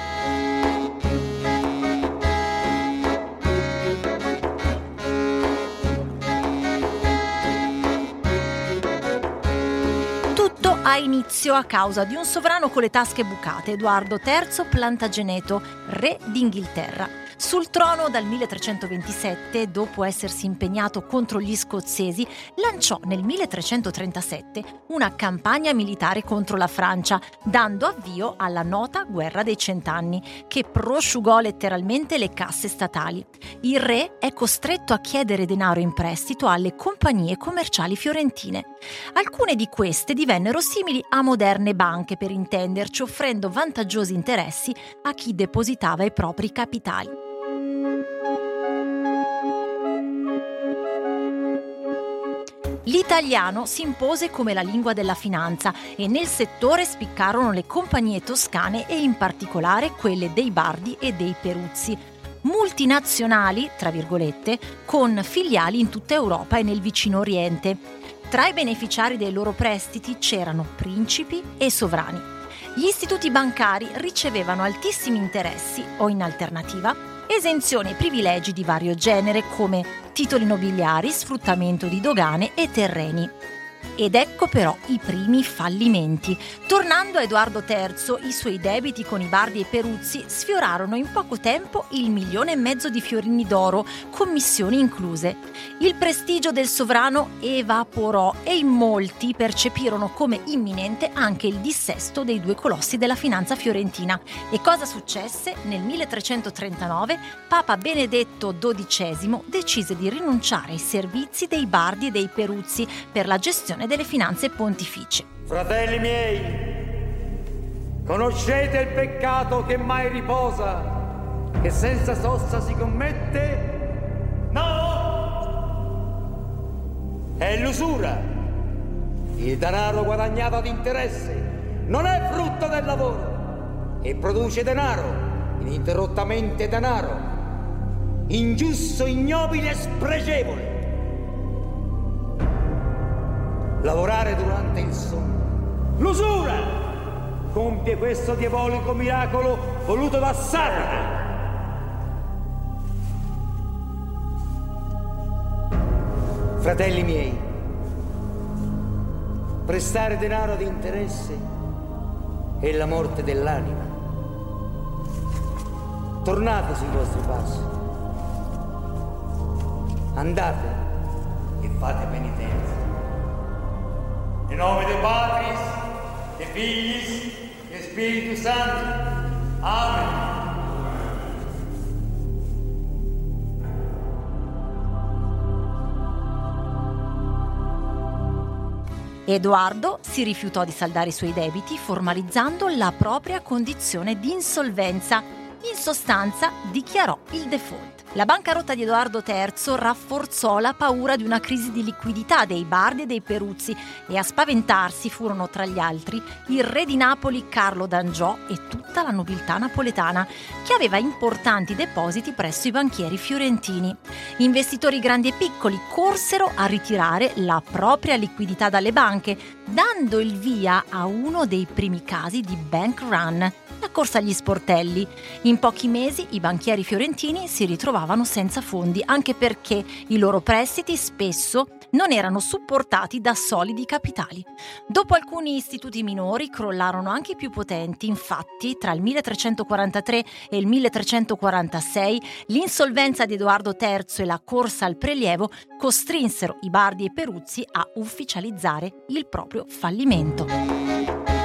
Tutto ha inizio a causa di un sovrano con le tasche bucate, Edoardo III Plantageneto, re d'Inghilterra. Sul trono dal 1327, dopo essersi impegnato contro gli scozzesi, lanciò nel 1337 una campagna militare contro la Francia, dando avvio alla nota Guerra dei Cent'anni, che prosciugò letteralmente le casse statali. Il re è costretto a chiedere denaro in prestito alle compagnie commerciali fiorentine. Alcune di queste divennero simili a moderne banche, per intenderci, offrendo vantaggiosi interessi a chi depositava i propri capitali. L'italiano si impose come la lingua della finanza e nel settore spiccarono le compagnie toscane e in particolare quelle dei Bardi e dei Peruzzi, multinazionali, tra virgolette, con filiali in tutta Europa e nel vicino Oriente. Tra i beneficiari dei loro prestiti c'erano principi e sovrani. Gli istituti bancari ricevevano altissimi interessi o, in alternativa, esenzioni e privilegi di vario genere come titoli nobiliari, sfruttamento di dogane e terreni. Ed ecco però i primi fallimenti. Tornando a Edoardo III, i suoi debiti con i Bardi e Peruzzi sfiorarono in poco tempo il 1,5 milioni di fiorini d'oro, commissioni incluse. Il prestigio del sovrano evaporò e in molti percepirono come imminente anche il dissesto dei 2 colossi della finanza fiorentina. E cosa successe? Nel 1339 Papa Benedetto XII decise di rinunciare ai servizi dei Bardi e dei Peruzzi per la gestione delle finanze pontificie. Fratelli miei, conoscete il peccato che mai riposa, che senza sosta si commette? No! È l'usura. Il denaro guadagnato ad interesse non è frutto del lavoro e produce denaro, ininterrottamente denaro, ingiusto, ignobile e spregevole. Lavorare durante il sonno. L'usura compie questo diabolico miracolo voluto da Satana. Fratelli miei, prestare denaro di interesse è la morte dell'anima. tornate sui vostri passi. Andate e fate penitenza. In nome dei Patris, dei Figlis e Spiritus Sancti. Amen. Edoardo si rifiutò di saldare i suoi debiti, formalizzando la propria condizione di insolvenza. In sostanza, dichiarò il default. La bancarotta di Edoardo III rafforzò la paura di una crisi di liquidità dei Bardi e dei Peruzzi, e a spaventarsi furono tra gli altri il re di Napoli Carlo d'Angiò e tutta la nobiltà napoletana, che aveva importanti depositi presso i banchieri fiorentini. Investitori grandi e piccoli corsero a ritirare la propria liquidità dalle banche, dando il via a uno dei primi casi di bank run, la corsa agli sportelli. In pochi mesi i banchieri fiorentini si ritrovavano senza fondi, anche perché i loro prestiti spesso non erano supportati da solidi capitali. Dopo alcuni istituti minori crollarono anche i più potenti. Infatti, tra il 1343 e il 1346, l'insolvenza di Edoardo III e la corsa al prelievo costrinsero i Bardi e Peruzzi a ufficializzare il proprio fallimento.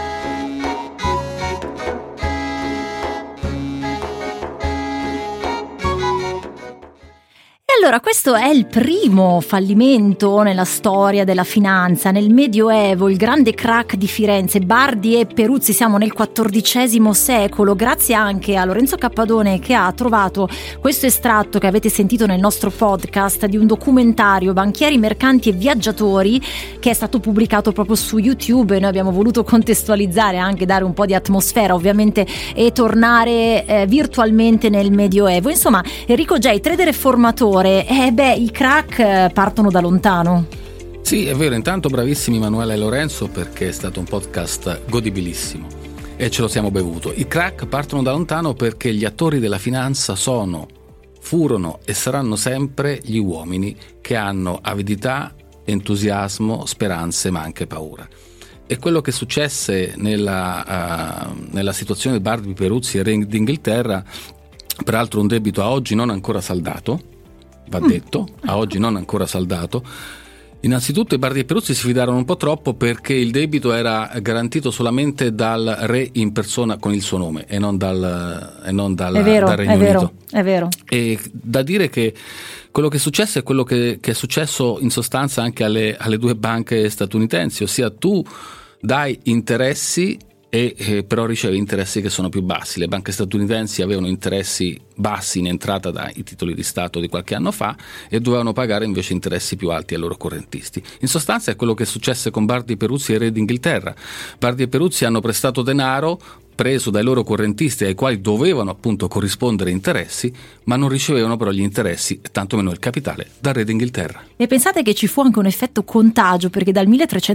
Allora, questo è il primo fallimento nella storia della finanza. Nel Medioevo, il grande crack di Firenze, Bardi e Peruzzi, siamo nel XIV secolo, grazie anche a Lorenzo Cappadone, che ha trovato questo estratto che avete sentito nel nostro podcast di un documentario, Banchieri, Mercanti e Viaggiatori, che è stato pubblicato proprio su YouTube, e noi abbiamo voluto contestualizzare, anche dare un po' di atmosfera ovviamente, e tornare virtualmente nel Medioevo. Insomma, Enrico Gei, trader e formatore, i crack partono da lontano. Sì, è vero, intanto bravissimi Manuela e Lorenzo, perché è stato un podcast godibilissimo e ce lo siamo bevuto. I crack partono da lontano perché gli attori della finanza furono e saranno sempre gli uomini che hanno avidità, entusiasmo, speranze, ma anche paura. E quello che successe nella situazione di Bardi, Peruzzi e Re d'Inghilterra, peraltro un debito a oggi non ancora saldato, va detto, a oggi non ancora saldato. Innanzitutto i Bardi e Peruzzi si fidarono un po' troppo, perché il debito era garantito solamente dal re in persona con il suo nome e non dal Regno Unito. È vero. E da dire che quello che successe è quello che è successo in sostanza anche alle due banche statunitensi, ossia tu dai interessi e però ricevi interessi che sono più bassi. Le banche statunitensi avevano interessi bassi in entrata dai titoli di Stato di qualche anno fa e dovevano pagare invece interessi più alti ai loro correntisti. In sostanza è quello che successe con Bardi, Peruzzi e Re d'Inghilterra. Bardi e Peruzzi hanno prestato denaro preso dai loro correntisti, ai quali dovevano appunto corrispondere interessi, ma non ricevevano però gli interessi e tantomeno il capitale dal Re d'Inghilterra. E pensate che ci fu anche un effetto contagio, perché dal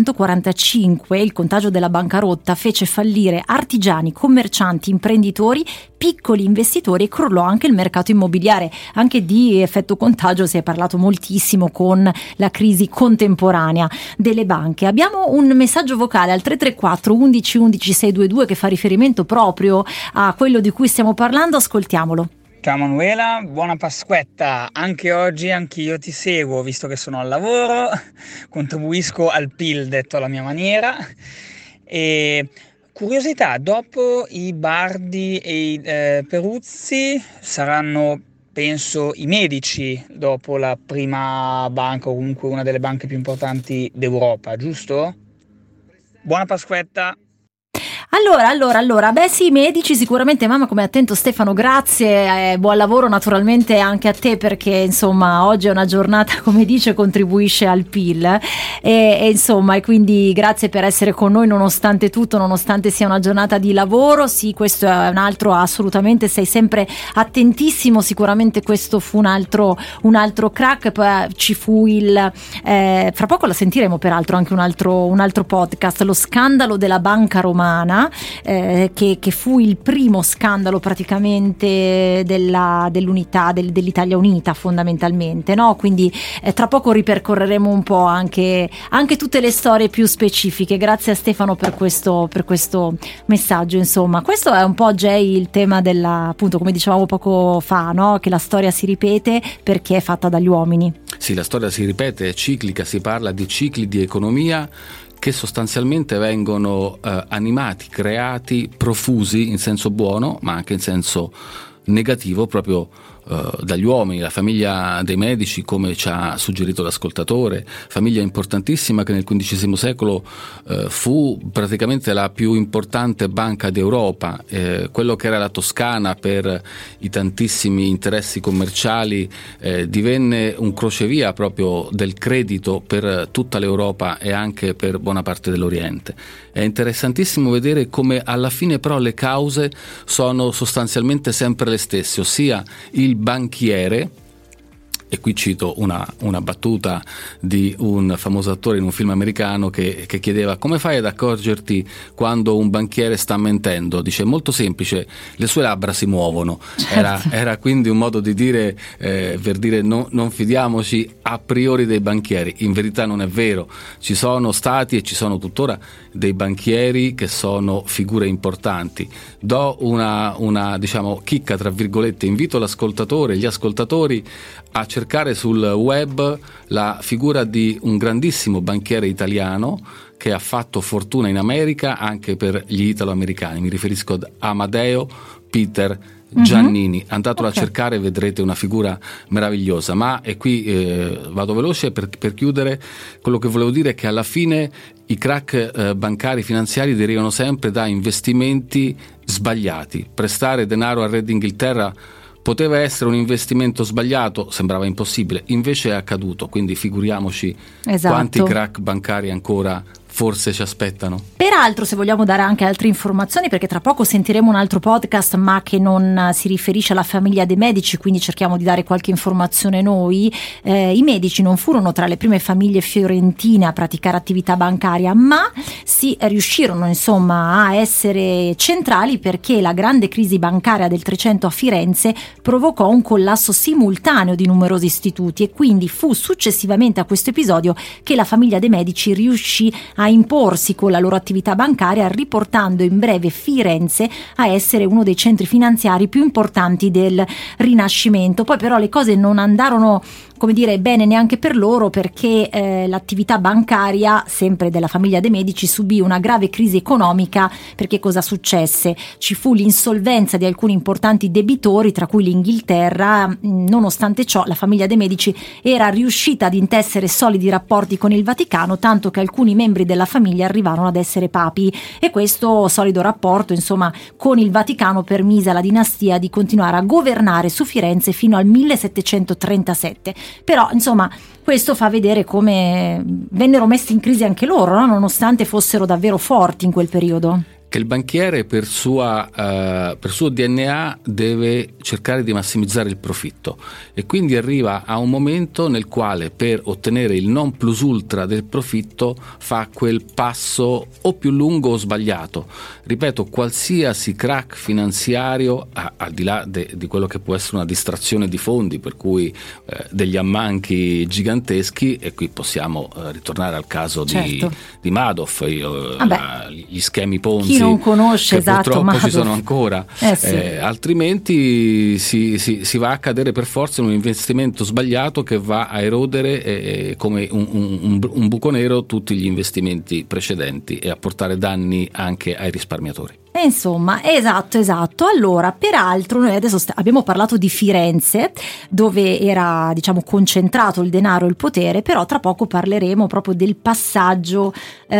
1345 il contagio della bancarotta fece fallire artigiani, commercianti, imprenditori, piccoli investitori, e crollò anche il mercato immobiliare. Anche di effetto contagio si è parlato moltissimo con la crisi contemporanea delle banche. Abbiamo un messaggio vocale al 334 11 11 622 che fa riferimento proprio a quello di cui stiamo parlando. Ascoltiamolo. Ciao Manuela, buona Pasquetta. Anche oggi anch'io ti seguo, visto che sono al lavoro, contribuisco al PIL, detto alla mia maniera. E curiosità, dopo i Bardi e i Peruzzi saranno, penso, i Medici dopo la prima banca, o comunque una delle banche più importanti d'Europa, giusto? Buona Pasquetta. Allora, sì, i Medici sicuramente, mamma come attento Stefano, grazie, buon lavoro naturalmente anche a te, perché insomma oggi è una giornata, come dice, contribuisce al PIL e insomma, e quindi grazie per essere con noi nonostante tutto, nonostante sia una giornata di lavoro. Sì, questo è un altro, assolutamente, sei sempre attentissimo, sicuramente questo fu un altro crack. Poi ci fu fra poco la sentiremo peraltro anche un altro podcast, lo scandalo della banca romana, Romana, che fu il primo scandalo praticamente dell'unità, dell'Italia unita fondamentalmente, no? Quindi tra poco ripercorreremo un po' anche tutte le storie più specifiche. Grazie a Stefano per questo messaggio. Insomma, questo è un po', Jay, il tema appunto, come dicevamo poco fa, no? Che la storia si ripete perché è fatta dagli uomini. Sì, la storia si ripete, è ciclica, si parla di cicli di economia che sostanzialmente vengono animati, creati, profusi in senso buono, ma anche in senso negativo, proprio dagli uomini. La famiglia dei Medici, come ci ha suggerito l'ascoltatore, famiglia importantissima che nel XV secolo fu praticamente la più importante banca d'Europa, quello che era la Toscana per i tantissimi interessi commerciali divenne un crocevia proprio del credito per tutta l'Europa e anche per buona parte dell'Oriente. È interessantissimo vedere come alla fine però le cause sono sostanzialmente sempre le stesse, ossia il banchiere, e qui cito una battuta di un famoso attore in un film americano che chiedeva: come fai ad accorgerti quando un banchiere sta mentendo? Dice: molto semplice, le sue labbra si muovono. Certo. Era quindi un modo di dire per dire non fidiamoci a priori dei banchieri. In verità non è vero, ci sono stati e ci sono tuttora dei banchieri che sono figure importanti. Do una diciamo chicca tra virgolette, invito l'ascoltatore, gli ascoltatori a cercare sul web la figura di un grandissimo banchiere italiano che ha fatto fortuna in America anche per gli italo-americani. Mi riferisco ad Amadeo Peter Giannini. Andatelo a cercare, vedrete una figura meravigliosa. Ma e qui vado veloce per chiudere. Quello che volevo dire è che alla fine i crack bancari finanziari derivano sempre da investimenti sbagliati. Prestare denaro al Re d'Inghilterra poteva essere un investimento sbagliato, sembrava impossibile, invece è accaduto, quindi figuriamoci quanti crack bancari ancora forse ci aspettano. Peraltro, se vogliamo dare anche altre informazioni, perché tra poco sentiremo un altro podcast ma che non si riferisce alla famiglia dei Medici, quindi cerchiamo di dare qualche informazione noi. I Medici non furono tra le prime famiglie fiorentine a praticare attività bancaria, ma si riuscirono insomma a essere centrali perché la grande crisi bancaria del 300 a Firenze provocò un collasso simultaneo di numerosi istituti, e quindi fu successivamente a questo episodio che la famiglia dei Medici riuscì a imporsi con la loro attività bancaria, riportando in breve Firenze a essere uno dei centri finanziari più importanti del Rinascimento. Poi però le cose non andarono, come dire, bene neanche per loro, perché l'attività bancaria, sempre della famiglia dei Medici, subì una grave crisi economica. Perché cosa successe? Ci fu l'insolvenza di alcuni importanti debitori, tra cui l'Inghilterra. Nonostante ciò, la famiglia dei Medici era riuscita ad intessere solidi rapporti con il Vaticano, tanto che alcuni membri della famiglia arrivarono ad essere papi, e questo solido rapporto insomma con il Vaticano permise alla dinastia di continuare a governare su Firenze fino al 1737. Però insomma questo fa vedere come vennero messi in crisi anche loro, no? Nonostante fossero davvero forti in quel periodo. Che il banchiere per suo DNA deve cercare di massimizzare il profitto, e quindi arriva a un momento nel quale, per ottenere il non plus ultra del profitto, fa quel passo o più lungo o sbagliato. Ripeto, qualsiasi crack finanziario, al di là di quello che può essere una distrazione di fondi, per cui degli ammanchi giganteschi, e qui possiamo ritornare al caso di Madoff, gli schemi Ponzi. Non conosce, che esatto, purtroppo Madoff ci sono ancora, altrimenti si va a cadere per forza in un investimento sbagliato che va a erodere come un buco nero tutti gli investimenti precedenti e a portare danni anche ai risparmiatori. Insomma, esatto. Allora, peraltro noi adesso abbiamo parlato di Firenze, dove era concentrato il denaro e il potere, però tra poco parleremo proprio del passaggio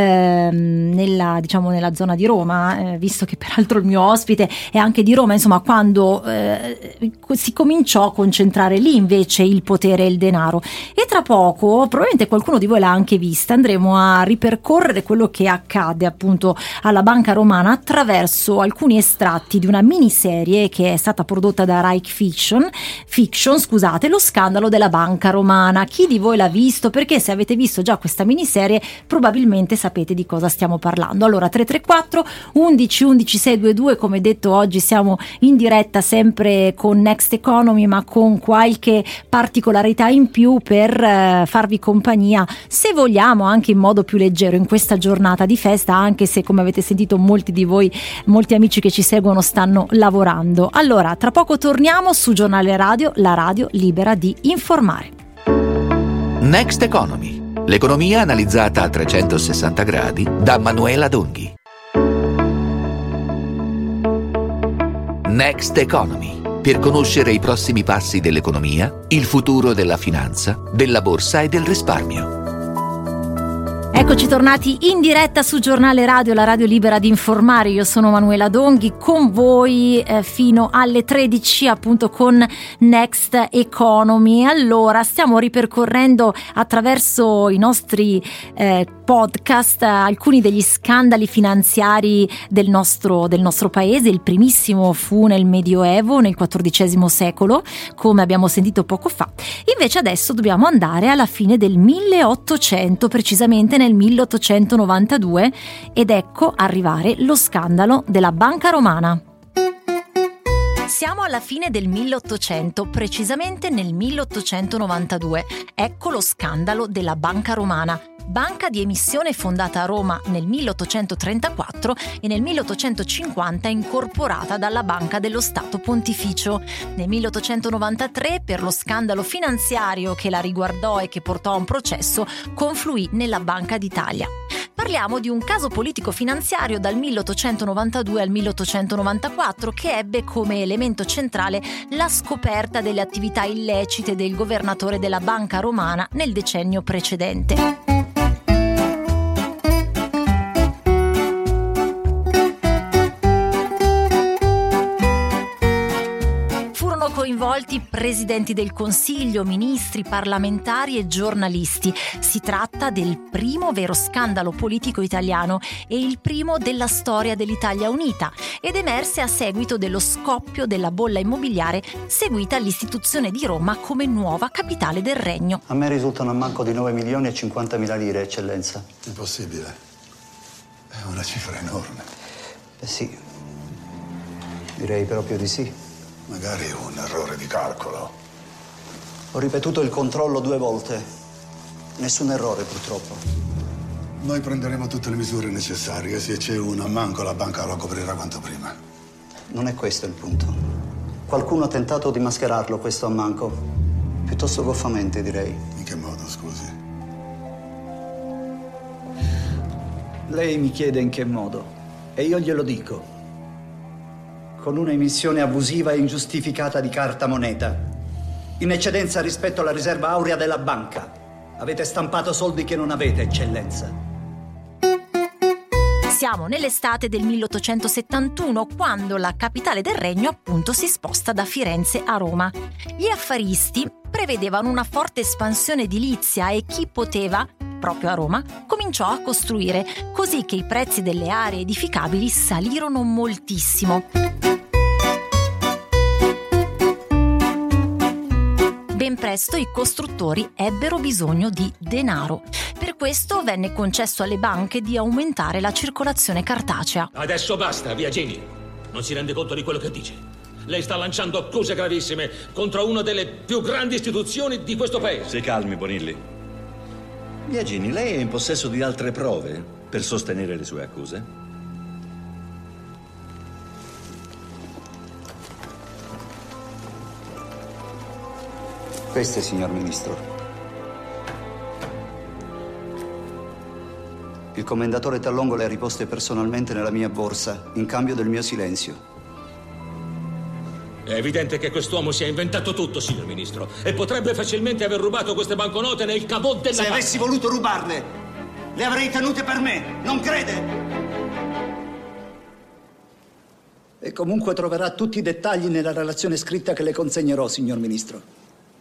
nella zona di Roma, visto che peraltro il mio ospite è anche di Roma, insomma, quando si cominciò a concentrare lì invece il potere e il denaro. E tra poco, probabilmente qualcuno di voi l'ha anche vista, andremo a ripercorrere quello che accade appunto alla Banca Romana attraverso attraverso alcuni estratti di una miniserie che è stata prodotta da Rai Fiction, Lo scandalo della banca romana. Chi di voi l'ha visto? Perché se avete visto già questa miniserie probabilmente sapete di cosa stiamo parlando. Allora 334 11 11 622, come detto oggi siamo in diretta sempre con Next Economy, ma con qualche particolarità in più per farvi compagnia, se vogliamo anche in modo più leggero in questa giornata di festa, anche se come avete sentito molti di voi, molti amici che ci seguono stanno lavorando. Allora tra poco torniamo su Giornale Radio, la radio libera di informare. Next Economy, l'economia analizzata a 360 gradi da Manuela Donghi. Next Economy, per conoscere i prossimi passi dell'economia, il futuro della finanza, della borsa e del risparmio. Eccoci tornati in diretta su Giornale Radio, la radio libera di informare. Io sono Manuela Donghi con voi fino alle 13 appunto con Next Economy. Allora stiamo ripercorrendo attraverso i nostri podcast alcuni degli scandali finanziari del nostro paese. Il primissimo fu nel Medioevo, nel XIV secolo, come abbiamo sentito poco fa. Invece adesso dobbiamo andare alla fine del 1800, precisamente nel 1892, ed ecco arrivare lo scandalo della banca romana. Siamo alla fine del 1800, precisamente nel 1892. Ecco lo scandalo della banca romana. Banca di emissione fondata a Roma nel 1834 e nel 1850 incorporata dalla Banca dello Stato Pontificio. Nel 1893, per lo scandalo finanziario che la riguardò e che portò a un processo, confluì nella Banca d'Italia. Parliamo di un caso politico-finanziario dal 1892 al 1894 che ebbe come elemento centrale la scoperta delle attività illecite del governatore della Banca Romana nel decennio precedente. Coinvolti presidenti del Consiglio, ministri, parlamentari e giornalisti. Si tratta del primo vero scandalo politico italiano e il primo della storia dell'Italia unita, ed emerse a seguito dello scoppio della bolla immobiliare seguita all'istituzione di Roma come nuova capitale del regno. A me risulta un ammanco di 9 milioni e 50.000 lire, eccellenza. Impossibile. È una cifra enorme. Sì, direi proprio di sì. Magari un errore di calcolo. Ho ripetuto il controllo 2 volte. Nessun errore, purtroppo. Noi prenderemo tutte le misure necessarie. Se c'è un ammanco, la banca lo coprirà quanto prima. Non è questo il punto. Qualcuno ha tentato di mascherarlo, questo ammanco. Piuttosto goffamente, direi. In che modo, scusi? Lei mi chiede in che modo. E io glielo dico. Con una emissione abusiva e ingiustificata di carta moneta, in eccedenza rispetto alla riserva aurea della banca. Avete stampato soldi che non avete, eccellenza. Siamo nell'estate del 1871, quando la capitale del regno appunto si sposta da Firenze a Roma. Gli affaristi prevedevano una forte espansione edilizia e chi poteva, proprio a Roma, cominciò a costruire, così che i prezzi delle aree edificabili salirono moltissimo. Ben presto i costruttori ebbero bisogno di denaro. Per questo venne concesso alle banche di aumentare la circolazione cartacea. Adesso basta, Biagini. Non si rende conto di quello che dice. Lei sta lanciando accuse gravissime contro una delle più grandi istituzioni di questo paese. Si calmi, Bonilli. Biagini, lei è in possesso di altre prove per sostenere le sue accuse? Queste, signor Ministro. Il commendatore Tallongo le ha riposte personalmente nella mia borsa, in cambio del mio silenzio. È evidente che quest'uomo si è inventato tutto, signor Ministro, e potrebbe facilmente aver rubato queste banconote nel caveau della banca. Se avessi voluto rubarle, le avrei tenute per me, non crede? E comunque troverà tutti i dettagli nella relazione scritta che le consegnerò, signor Ministro.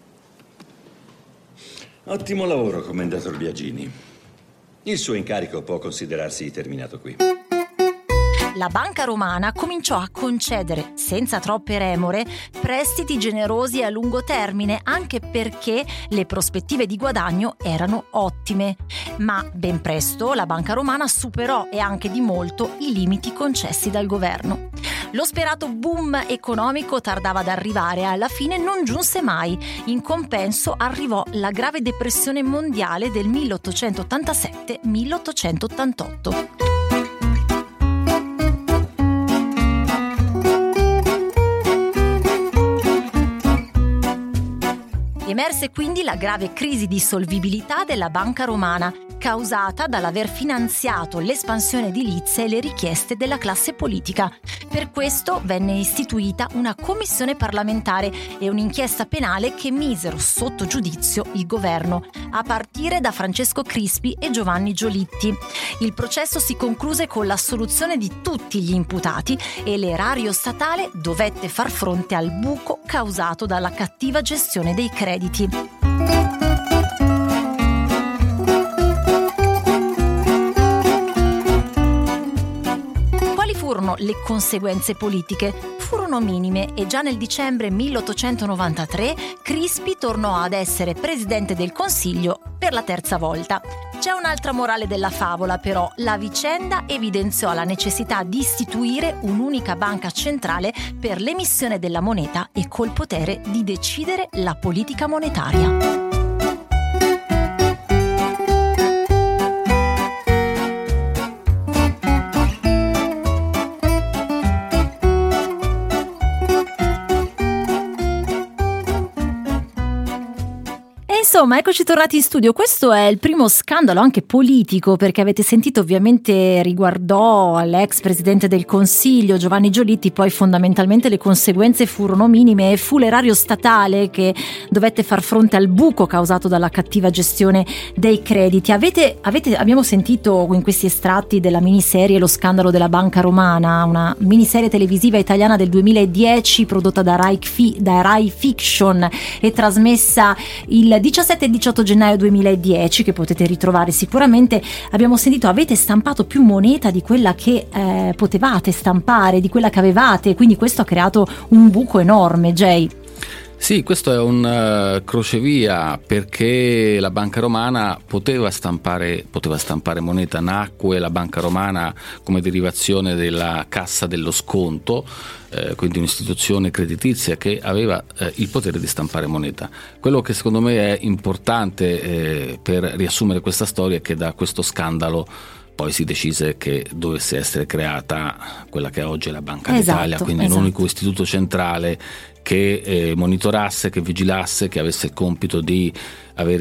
Ottimo lavoro, commendator Biagini. Il suo incarico può considerarsi terminato qui. la Banca Romana cominciò a concedere, senza troppe remore, prestiti generosi a lungo termine, anche perché le prospettive di guadagno erano ottime. Ma ben presto la Banca Romana superò, e anche di molto, i limiti concessi dal governo. Lo sperato boom economico tardava ad arrivare e alla fine non giunse mai. In compenso arrivò la grave depressione mondiale del 1887-1888. Emerse quindi la grave crisi di solvibilità della Banca Romana, causata dall'aver finanziato l'espansione edilizia e le richieste della classe politica. Per questo venne istituita una commissione parlamentare e un'inchiesta penale che misero sotto giudizio il governo, a partire da Francesco Crispi e Giovanni Giolitti. Il processo si concluse con l'assoluzione di tutti gli imputati e l'erario statale dovette far fronte al buco causato dalla cattiva gestione dei crediti. Quali furono le conseguenze politiche? Furono minime e già nel dicembre 1893 Crispi tornò ad essere presidente del Consiglio per la terza volta. C'è un'altra morale della favola, però. La vicenda evidenziò la necessità di istituire un'unica banca centrale per l'emissione della moneta e col potere di decidere la politica monetaria. Insomma, eccoci tornati in studio. Questo è il primo scandalo anche politico, perché avete sentito ovviamente riguardò all'ex presidente del Consiglio Giovanni Giolitti, poi fondamentalmente le conseguenze furono minime e fu l'erario statale che dovette far fronte al buco causato dalla cattiva gestione dei crediti. Abbiamo sentito in questi estratti della miniserie Lo scandalo della Banca Romana, una miniserie televisiva italiana del 2010 prodotta da Rai Fiction e trasmessa il 17 e 18 gennaio 2010, che potete ritrovare sicuramente. Abbiamo sentito, avete stampato più moneta di quella che potevate stampare, di quella che avevate, quindi questo ha creato un buco enorme, Jay. Sì, questo è un crocevia, perché la Banca Romana poteva stampare moneta. Nacque la Banca Romana come derivazione della Cassa dello Sconto, quindi un'istituzione creditizia che aveva il potere di stampare moneta. Quello che secondo me è importante per riassumere questa storia è che da questo scandalo poi si decise che dovesse essere creata quella che oggi è la Banca d'Italia, quindi un unico istituto centrale che monitorasse, che vigilasse, che avesse il compito di avere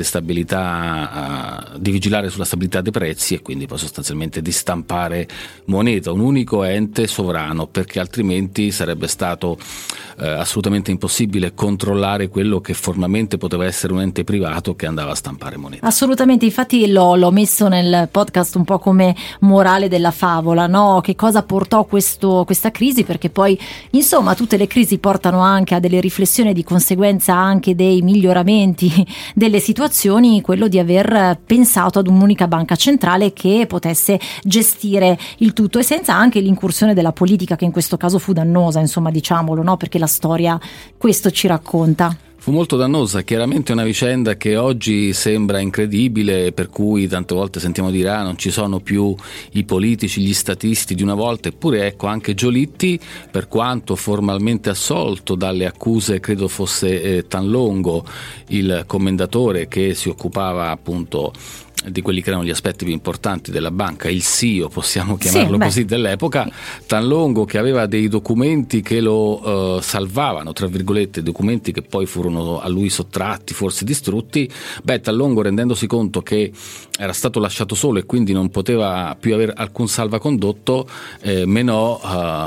stabilità, di vigilare sulla stabilità dei prezzi e quindi poi sostanzialmente di stampare moneta, un unico ente sovrano, perché altrimenti sarebbe stato assolutamente impossibile controllare quello che formalmente poteva essere un ente privato che andava a stampare moneta. Assolutamente, infatti l'ho messo nel podcast un po' come morale della favola, no? Che cosa portò questa crisi, perché poi insomma tutte le crisi portano anche a delle riflessioni e di conseguenza anche dei miglioramenti delle situazioni, quello di aver pensato ad un'unica banca centrale che potesse gestire il tutto, e senza anche l'incursione della politica, che in questo caso fu dannosa, insomma, diciamolo, no? Perché la storia questo ci racconta. Fu molto dannosa, chiaramente una vicenda che oggi sembra incredibile, per cui tante volte sentiamo dire non ci sono più i politici, gli statisti di una volta, eppure ecco anche Giolitti, per quanto formalmente assolto dalle accuse, credo fosse Tanlongo, il commendatore che si occupava appunto di quelli che erano gli aspetti più importanti della banca, il CEO possiamo chiamarlo così dell'epoca, Tanlongo, che aveva dei documenti che lo salvavano, tra virgolette, documenti che poi furono a lui sottratti, forse distrutti. Tanlongo, rendendosi conto che era stato lasciato solo e quindi non poteva più avere alcun salvacondotto, menò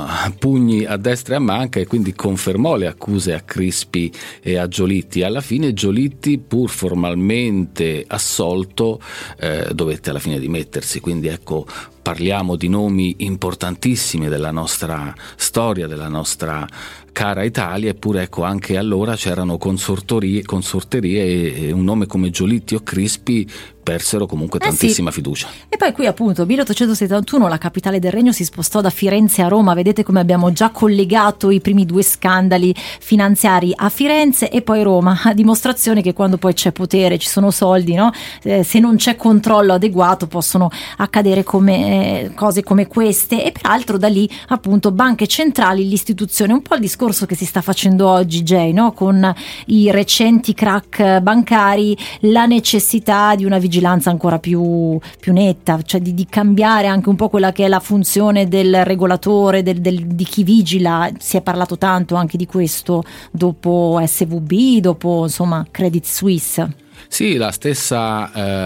pugni a destra e a manca e quindi confermò le accuse a Crispi e a Giolitti. Alla fine Giolitti, pur formalmente assolto, dovette alla fine dimettersi, quindi ecco, parliamo di nomi importantissimi della nostra storia, della nostra cara Italia, eppure ecco anche allora c'erano consorterie e un nome come Giolitti o Crispi persero comunque tantissima fiducia. E poi qui appunto 1871 la capitale del regno si spostò da Firenze a Roma, vedete come abbiamo già collegato i primi due scandali finanziari a Firenze e poi Roma, a dimostrazione che quando poi c'è potere, ci sono soldi, no? Se non c'è controllo adeguato possono accadere cose come queste. E peraltro da lì appunto banche centrali, l'istituzione, un po' il discorso che si sta facendo oggi, Jay, no? Con i recenti crack bancari, la necessità di una vigilanza ancora più netta, cioè di cambiare anche un po' quella che è la funzione del regolatore, di chi vigila. Si è parlato tanto anche di questo dopo SVB, dopo insomma Credit Suisse. Sì, la stessa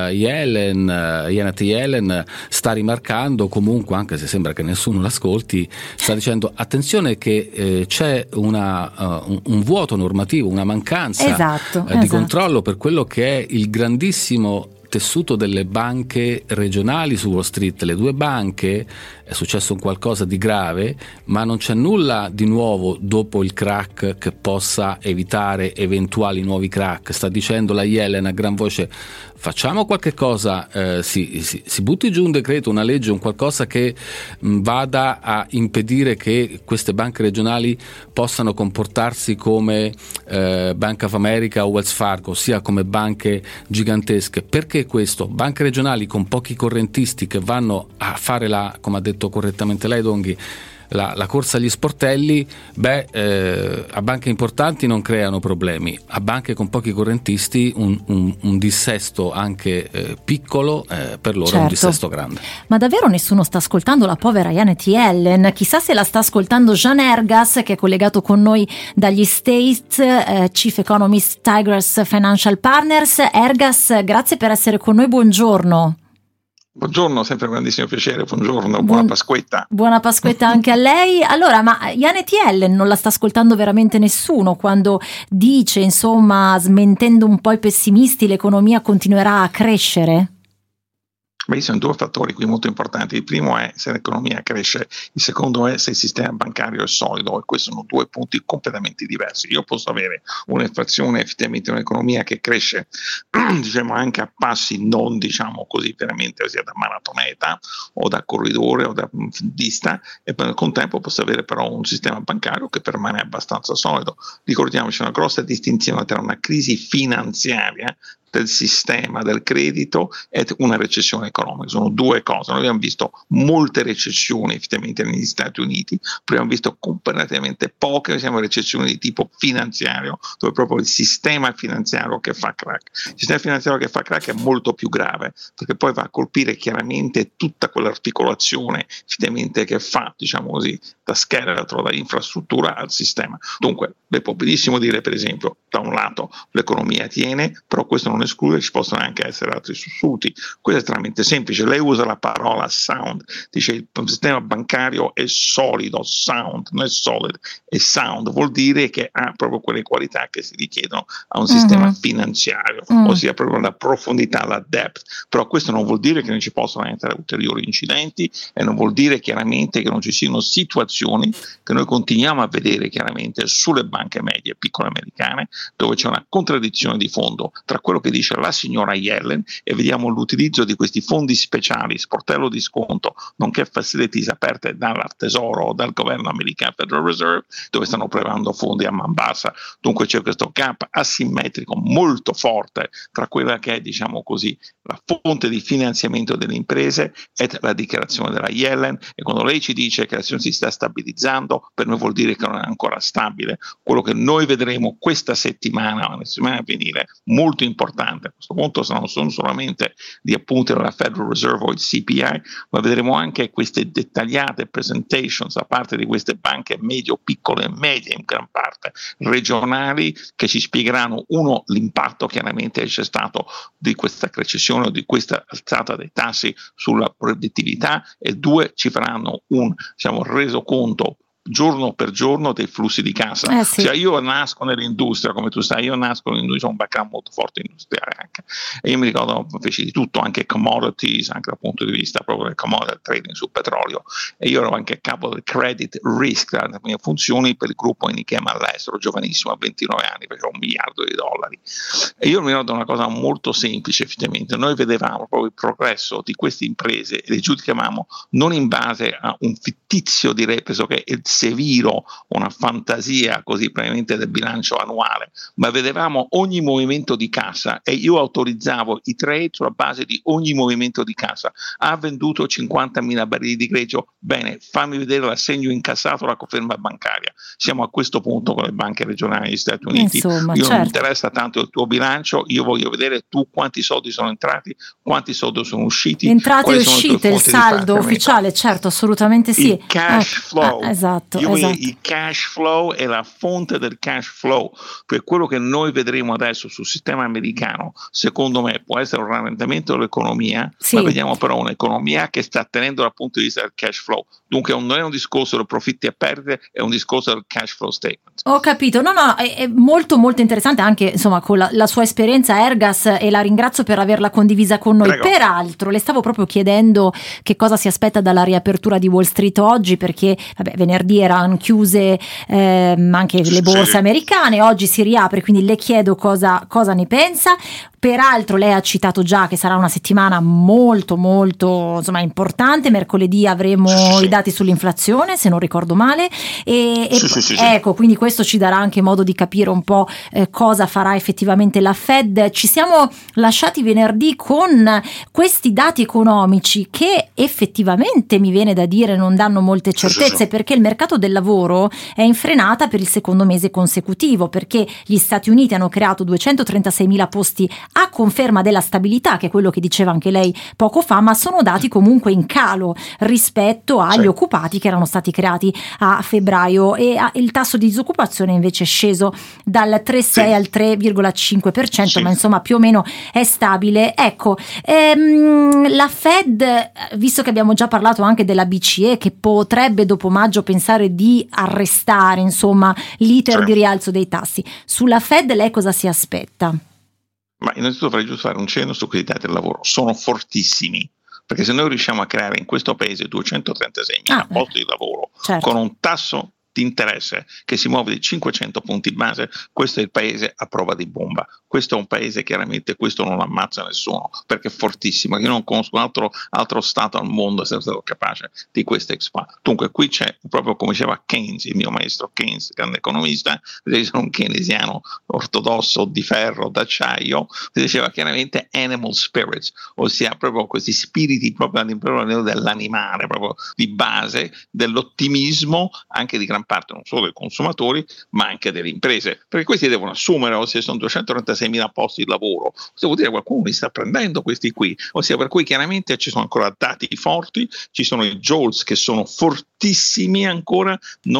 Janet Yellen sta rimarcando comunque, anche se sembra che nessuno l'ascolti, sta dicendo attenzione che c'è un vuoto normativo, una mancanza di controllo per quello che è il grandissimo tessuto delle banche regionali su Wall Street. Le due banche, è successo un qualcosa di grave, ma non c'è nulla di nuovo dopo il crack che possa evitare eventuali nuovi crack. Sta dicendo la Yellen a gran voce: facciamo qualche cosa, si butti giù un decreto, una legge, un qualcosa che vada a impedire che queste banche regionali possano comportarsi come Bank of America o Wells Fargo, ossia come banche gigantesche. Perché questo? Banche regionali con pochi correntisti che vanno a fare come ha detto correttamente lei, Donghi, la corsa agli sportelli, a banche importanti non creano problemi, a banche con pochi correntisti un dissesto anche piccolo per loro è un dissesto grande. Ma davvero nessuno sta ascoltando la povera Janet Yellen? Chissà se la sta ascoltando Jean Ergas, che è collegato con noi dagli States, Chief Economist Tigris Financial Partners. Ergas, grazie per essere con noi, buongiorno. Buongiorno, sempre un grandissimo piacere, buongiorno, buona Pasquetta. Buona Pasquetta anche a lei. Allora, ma Janet Yellen non la sta ascoltando veramente nessuno quando dice, insomma, smentendo un po' i pessimisti, l'economia continuerà a crescere? Ci sono due fattori qui molto importanti. Il primo è se l'economia cresce, il secondo è se il sistema bancario è solido, e questi sono due punti completamente diversi. Io posso avere un'inflazione, effettivamente un'economia che cresce diciamo anche a passi non così veramente sia da maratoneta o da corridore o da fondista, e poi nel contempo posso avere però un sistema bancario che permane abbastanza solido. Ricordiamoci una grossa distinzione tra una crisi finanziaria del sistema del credito e una recessione economica. Sono due cose. Noi abbiamo visto molte recessioni effettivamente negli Stati Uniti, poi abbiamo visto comparativamente poche recessioni di tipo finanziario, dove proprio il sistema finanziario che fa crack. Il sistema finanziario che fa crack è molto più grave, perché poi va a colpire chiaramente tutta quell'articolazione effettivamente che fa, da scheletro, da infrastruttura al sistema. Dunque, lei può benissimo dire, per esempio, da un lato l'economia tiene, però questo non esclude che ci possono anche essere altri sussulti. Questo è estremamente semplice. Lei usa la parola sound, dice il sistema bancario è solido, sound, non è solid, è sound, vuol dire che ha proprio quelle qualità che si richiedono a un sistema finanziario, ossia proprio la profondità, la depth. Però questo non vuol dire che non ci possano essere ulteriori incidenti, e non vuol dire chiaramente che non ci siano situazioni che noi continuiamo a vedere chiaramente sulle banche medie e piccole americane, dove c'è una contraddizione di fondo tra quello che dice la signora Yellen e vediamo l'utilizzo di questi fondi speciali, sportello di sconto, nonché facilities aperte dal Tesoro o dal governo americano, Federal Reserve, dove stanno prelevando fondi a man bassa. Dunque c'è questo gap asimmetrico molto forte tra quella che è, la fonte di finanziamento delle imprese e la dichiarazione della Yellen. E quando lei ci dice che la situazione si sta stabilizzando, per noi vuol dire che non è ancora stabile. Quello che noi vedremo questa settimana, nelle settimane a venire, molto importante, a questo punto non sono solamente gli appunti della Federal Reserve o il CPI, ma vedremo anche queste dettagliate presentations da parte di queste banche medio, piccole e medie, in gran parte regionali, che ci spiegheranno, uno, l'impatto chiaramente che c'è stato di questa recessione o di questa alzata dei tassi sulla produttività, e due, ci faranno un resoconto giorno per giorno dei flussi di cassa. Sì. Cioè io nasco nell'industria, come tu sai, ho un background molto forte industriale anche, e io mi ricordo feci di tutto, anche commodities, anche dal punto di vista proprio del commodity trading sul petrolio, e io ero anche a capo del credit risk, le mie funzioni per il gruppo Enikem all'estero, giovanissimo, a 29 anni, facevo $1 miliardo, e io mi ricordo una cosa molto semplice. Effettivamente noi vedevamo proprio il progresso di queste imprese e le giudicavamo non in base a un fittizio, direi, penso che il seviro, una fantasia così praticamente del bilancio annuale, ma vedevamo ogni movimento di cassa e io autorizzavo i trade sulla base di ogni movimento di cassa. Ha venduto 50.000 barili di greggio, bene, fammi vedere l'assegno incassato, la conferma bancaria. Siamo a questo punto con le banche regionali degli Stati Uniti. Insomma, io certo. non mi interessa tanto il tuo bilancio, io voglio vedere tu quanti soldi sono entrati, quanti soldi sono usciti, entrate e uscite, il saldo ufficiale, certo, assolutamente sì. Il cash flow, esatto. Il cash flow è la fonte del cash flow, per quello che noi vedremo adesso sul sistema americano, secondo me può essere un rallentamento dell'economia, ma vediamo però un'economia che sta tenendo dal punto di vista del cash flow. Dunque non è un discorso del profitti a perdite, è un discorso del cash flow statement. Ho capito, no, è molto molto interessante anche insomma con la sua esperienza Ergas, e la ringrazio per averla condivisa con noi. Prego. Peraltro le stavo proprio chiedendo che cosa si aspetta dalla riapertura di Wall Street oggi, perché venerdì erano chiuse anche le borse americane, oggi si riapre, quindi le chiedo cosa ne pensa. Peraltro lei ha citato già che sarà una settimana molto molto importante, mercoledì avremo i dati sull'inflazione, se non ricordo male, ecco, quindi questo ci darà anche modo di capire un po' cosa farà effettivamente la Fed. Ci siamo lasciati venerdì con questi dati economici che effettivamente, mi viene da dire, non danno molte certezze, perché il mercato del lavoro è in frenata per il secondo mese consecutivo, perché gli Stati Uniti hanno creato 236.000 posti a conferma della stabilità, che è quello che diceva anche lei poco fa, ma sono dati comunque in calo rispetto agli occupati che erano stati creati a febbraio, e il tasso di disoccupazione invece è sceso dal 3,6 al 3,5%, ma insomma più o meno è stabile. Ecco, la Fed, visto che abbiamo già parlato anche della BCE che potrebbe dopo maggio pensare di arrestare insomma l'iter di rialzo dei tassi, sulla Fed lei cosa si aspetta? Ma innanzitutto vorrei giusto fare un cenno su quei dati del lavoro, sono fortissimi, perché se noi riusciamo a creare in questo paese 236.000 posti di lavoro con un tasso di interesse che si muove di 500 punti base, questo è il paese a prova di bomba. Questo è un paese, chiaramente questo non ammazza nessuno perché è fortissimo. Io non conosco un altro stato al mondo che sia stato capace di questa expansione. Dunque qui c'è proprio, come diceva Keynes, il mio maestro Keynes, grande economista, diceva un keynesiano ortodosso di ferro, d'acciaio, diceva chiaramente animal spirits, ossia proprio questi spiriti proprio all'interno dell'animale, proprio di base, dell'ottimismo anche di gran parte non solo dei consumatori ma anche delle imprese, perché questi devono assumere, ossia sono 236.000 posti di lavoro, ossia vuol dire qualcuno li sta prendendo questi qui, ossia per cui chiaramente ci sono ancora dati forti, ci sono i JOLTS che sono fortissimi ancora,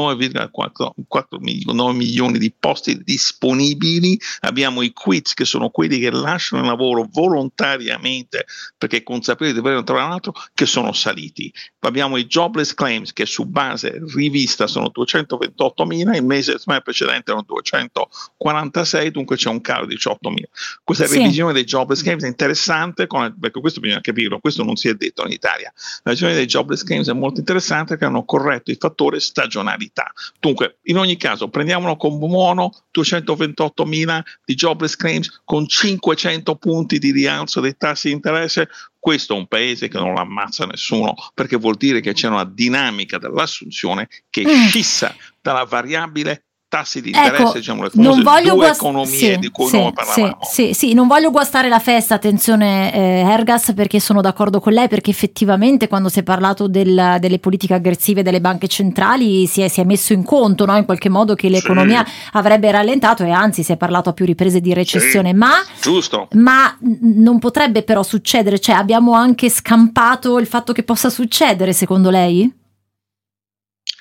9,9 milioni di posti disponibili, abbiamo i quits che sono quelli che lasciano il lavoro volontariamente perché consapevoli di dover trovare un altro, che sono saliti, abbiamo i jobless claims che su base rivista sono 228.000, il mese precedente erano 246, dunque c'è un calo di 18.000. Questa revisione dei jobless claims è interessante, perché questo bisogna capirlo, questo non si è detto in Italia. La revisione dei jobless claims è molto interessante perché hanno corretto il fattore stagionalità. Dunque, in ogni caso, prendiamolo come buono, 228.000 di jobless claims con 500 punti di rialzo dei tassi di interesse. Questo è un paese che non ammazza nessuno, perché vuol dire che c'è una dinamica dell'assunzione che scissa dalla variabile tassi di interesse, diciamo le famose due economie di cui noi parlavamo. Sì, non voglio guastare la festa, attenzione Ergas, perché sono d'accordo con lei, perché effettivamente quando si è parlato delle politiche aggressive delle banche centrali si è messo in conto, no? In qualche modo che l'economia avrebbe rallentato, e anzi si è parlato a più riprese di recessione, ma non potrebbe però succedere, cioè abbiamo anche scampato il fatto che possa succedere, secondo lei?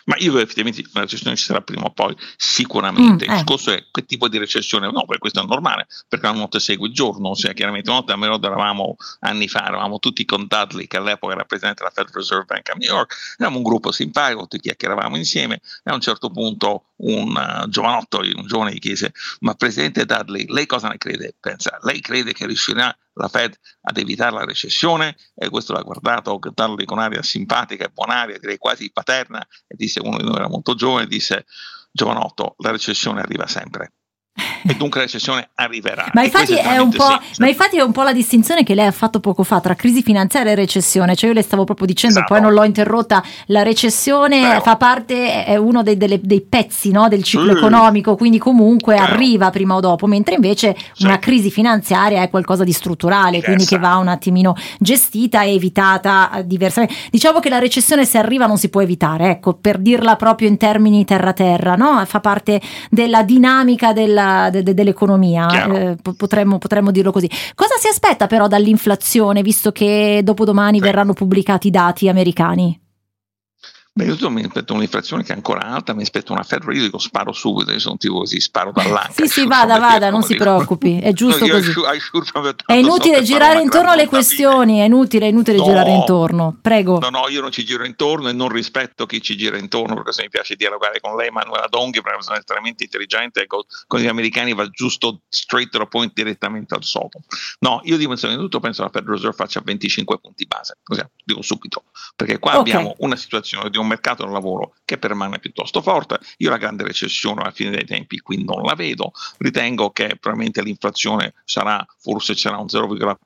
Ma io effettivamente una recessione ci sarà prima o poi sicuramente. Il discorso è che tipo di recessione? No, perché questo è normale, perché la notte segue il giorno. Ossia, chiaramente una notte a me eravamo anni fa, eravamo tutti con Dudley, che all'epoca era presidente della Federal Reserve Bank of New York, eravamo un gruppo simpatico, tutti chiacchieravamo insieme, e a un certo punto un giovanotto, un giovane gli chiese: ma presidente Dudley, lei cosa ne crede? Pensa, lei crede che riuscirà la Fed ad evitare la recessione? E questo l'ha guardato Dudley con aria simpatica e buonaria, direi quasi paterna, e disse, uno di noi era molto giovane, disse: giovanotto, la recessione arriva sempre. E dunque la recessione arriverà. Ma infatti è un po' la distinzione che lei ha fatto poco fa tra crisi finanziaria e recessione. Cioè io le stavo proprio dicendo, poi non l'ho interrotta, la recessione fa parte, è uno dei pezzi, no, del ciclo economico, quindi comunque arriva prima o dopo, mentre invece una crisi finanziaria è qualcosa di strutturale, quindi che va un attimino gestita e evitata diversamente. Diciamo che la recessione, se arriva, non si può evitare, ecco, per dirla proprio in termini terra, no? Fa parte della dinamica dell'economia, potremmo dirlo così. Cosa si aspetta però dall'inflazione, visto che dopodomani verranno pubblicati i dati americani? Beh, io mi aspetto un'inflazione che è ancora alta, mi aspetto una Fed Rate, dico sparo subito, io sono tipo così, sparo dall'anca. Sì, vada, non si preoccupi, è giusto così. È inutile girare intorno alle questioni, è inutile girare intorno, prego. No, io non ci giro intorno e non rispetto chi ci gira intorno, perché se mi piace dialogare con lei, Manuela Donghi, perché sono estremamente intelligente e con gli americani va giusto straight to the point, direttamente al sodo. No, io innanzitutto penso che la Federal Reserve faccia 25 punti base, così dico subito, perché qua abbiamo una situazione di un mercato del lavoro che permane piuttosto forte. Io la grande recessione alla fine dei tempi qui non la vedo, ritengo che probabilmente l'inflazione forse sarà un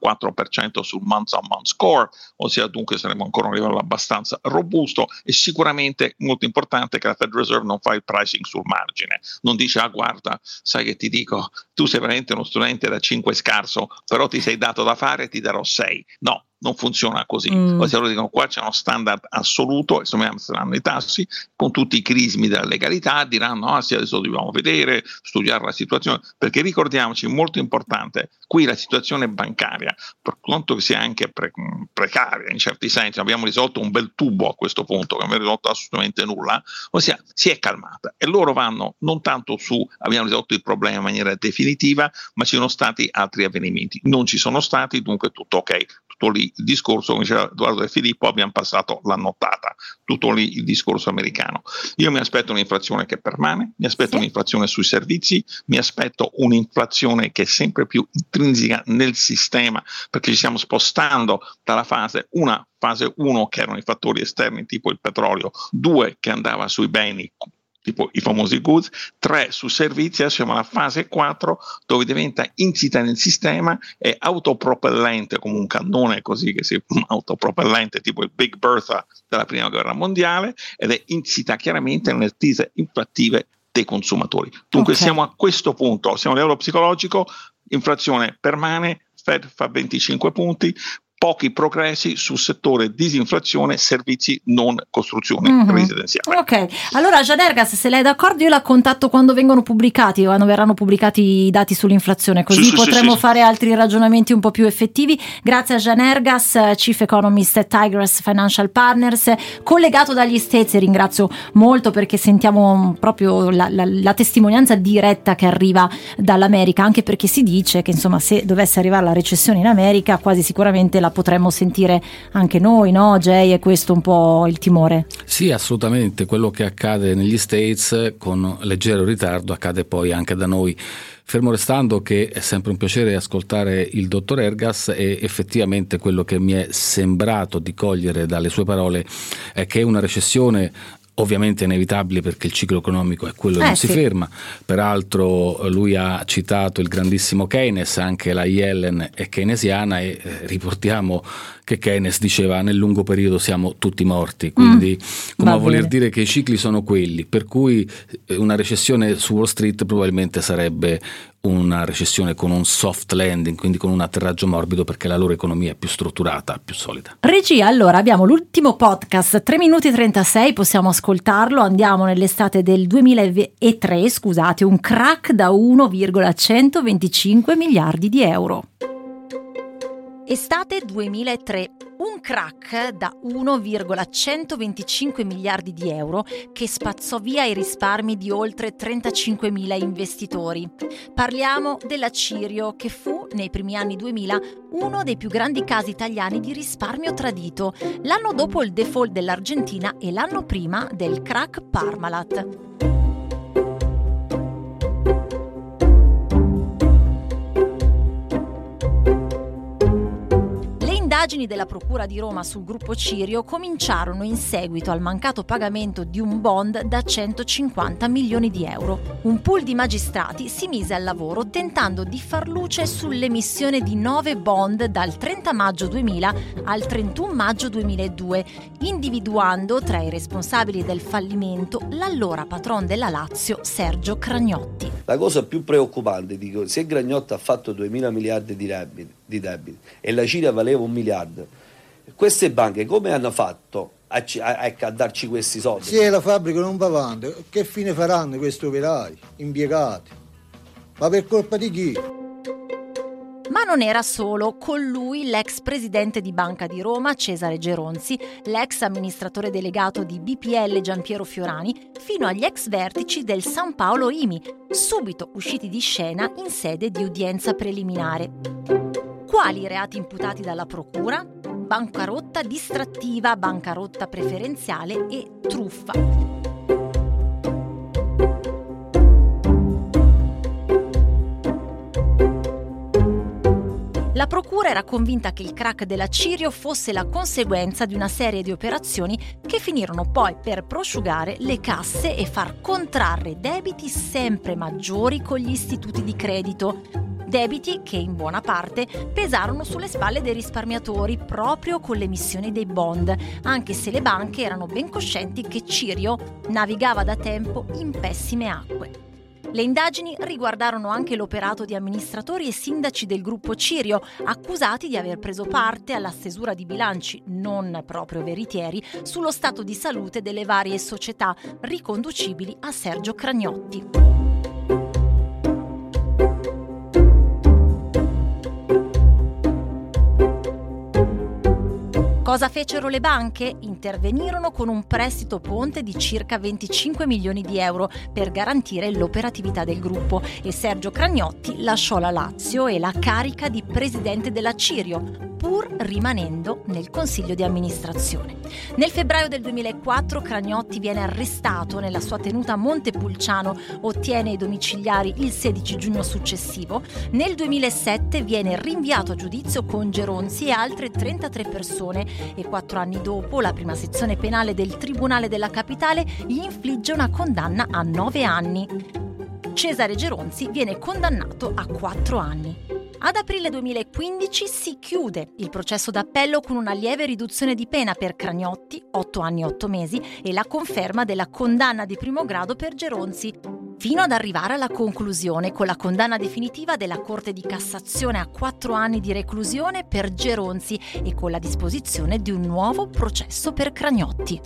0,4% sul month on month score, ossia dunque saremo ancora a un livello abbastanza robusto, e sicuramente molto importante che la Federal Reserve non fa il pricing sul margine, non dice: guarda, sai che ti dico, tu sei veramente uno studente da 5 scarso, però ti sei dato da fare, ti darò 6. No, non funziona così. Poi se loro dicono qua c'è uno standard assoluto, e saranno i tassi con tutti i crismi della legalità, diranno: sì, adesso dobbiamo vedere, studiare la situazione, perché ricordiamoci, molto importante, qui la situazione bancaria, per quanto che sia anche precaria in certi sensi, abbiamo risolto un bel tubo a questo punto, che non abbiamo risolto assolutamente nulla, ossia si è calmata, e loro vanno non tanto abbiamo risolto il problema in maniera definitiva, ma ci sono stati altri avvenimenti, non ci sono stati, dunque tutto ok. Tutto lì il discorso, come diceva Edoardo De Filippo, abbiamo passato la nottata, tutto lì il discorso americano. Io mi aspetto un'inflazione che permane, mi aspetto un'inflazione sui servizi, mi aspetto un'inflazione che è sempre più intrinseca nel sistema, perché ci stiamo spostando dalla fase 1, che erano i fattori esterni tipo il petrolio, 2 che andava sui beni, tipo i famosi goods, 3 su servizi, adesso siamo alla fase 4 dove diventa insita nel sistema, è autopropellente come un cannone, così che si autopropellente tipo il Big Bertha della prima guerra mondiale, ed è insita chiaramente nelle attese inflattive dei consumatori. Dunque siamo a questo punto, siamo a livello psicologico, inflazione permane, Fed fa 25 punti, pochi progressi sul settore disinflazione, servizi, non costruzione residenziale. Ok, allora Janergas, se lei è d'accordo, io la contatto quando verranno pubblicati i dati sull'inflazione, così potremo fare altri ragionamenti un po' più effettivi. Grazie a Janergas, Chief Economist at Tigress Financial Partners, collegato dagli States, e ringrazio molto perché sentiamo proprio la testimonianza diretta che arriva dall'America, anche perché si dice che insomma, se dovesse arrivare la recessione in America, quasi sicuramente la potremmo sentire anche noi, no Jay? È questo un po' il timore? Sì, assolutamente, quello che accade negli States con leggero ritardo accade poi anche da noi. Fermo restando che è sempre un piacere ascoltare il dottor Ergas, e effettivamente quello che mi è sembrato di cogliere dalle sue parole è che una recessione ovviamente è inevitabile, perché il ciclo economico è quello che non si ferma. Peraltro lui ha citato il grandissimo Keynes, anche la Yellen è keynesiana, e riportiamo che Keynes diceva: nel lungo periodo siamo tutti morti, quindi come a voler dire che i cicli sono quelli, per cui una recessione su Wall Street probabilmente sarebbe una recessione con un soft landing, quindi con un atterraggio morbido, perché la loro economia è più strutturata, più solida. Regia, allora abbiamo l'ultimo podcast, 3 minuti e 36, possiamo ascoltarlo. Andiamo nell'estate del 2003, un crack da 1,125 miliardi di euro. Estate 2003, un crack da 1,125 miliardi di euro che spazzò via i risparmi di oltre 35.000 investitori. Parliamo della Cirio, che fu, nei primi anni 2000, uno dei più grandi casi italiani di risparmio tradito, l'anno dopo il default dell'Argentina e l'anno prima del crack Parmalat. Le indagini della Procura di Roma sul gruppo Cirio cominciarono in seguito al mancato pagamento di un bond da 150 milioni di euro. Un pool di magistrati si mise al lavoro tentando di far luce sull'emissione di 9 bond dal 30 maggio 2000 al 31 maggio 2002, individuando tra i responsabili del fallimento l'allora patron della Lazio Sergio Cragnotti. La cosa più preoccupante, dico, se Cragnotti ha fatto 2.000 miliardi di debiti e la Cirio valeva 1 miliardo, queste banche come hanno fatto a darci questi soldi? Se la fabbrica non va avanti, che fine faranno questi operai, impiegati? Ma per colpa di chi? Ma non era solo, con lui l'ex presidente di Banca di Roma Cesare Geronzi, l'ex amministratore delegato di BPL Giampiero Fiorani, fino agli ex vertici del San Paolo IMI, subito usciti di scena in sede di udienza preliminare. Quali reati imputati dalla procura? Bancarotta distrattiva, bancarotta preferenziale e truffa. La procura era convinta che il crack della Cirio fosse la conseguenza di una serie di operazioni che finirono poi per prosciugare le casse e far contrarre debiti sempre maggiori con gli istituti di credito. Debiti che in buona parte pesarono sulle spalle dei risparmiatori proprio con l'emissione dei bond, anche se le banche erano ben coscienti che Cirio navigava da tempo in pessime acque. Le indagini riguardarono anche l'operato di amministratori e sindaci del gruppo Cirio, accusati di aver preso parte alla stesura di bilanci non proprio veritieri sullo stato di salute delle varie società riconducibili a Sergio Cragnotti. Cosa fecero le banche? Intervenirono con un prestito ponte di circa 25 milioni di euro per garantire l'operatività del gruppo e Sergio Cragnotti lasciò la Lazio e la carica di presidente della Cirio, pur rimanendo nel consiglio di amministrazione. Nel febbraio del 2004 Cragnotti viene arrestato nella sua tenuta a Montepulciano, ottiene i domiciliari il 16 giugno successivo. Nel 2007 viene rinviato a giudizio con Geronzi e altre 33 persone e 4 anni dopo la prima sezione penale del Tribunale della Capitale gli infligge una condanna a 9 anni. Cesare Geronzi viene condannato a 4 anni. Ad aprile 2015 si chiude il processo d'appello con una lieve riduzione di pena per Cragnotti, 8 anni e 8 mesi, e la conferma della condanna di primo grado per Geronzi, fino ad arrivare alla conclusione con la condanna definitiva della Corte di Cassazione a 4 anni di reclusione per Geronzi e con la disposizione di un nuovo processo per Cragnotti.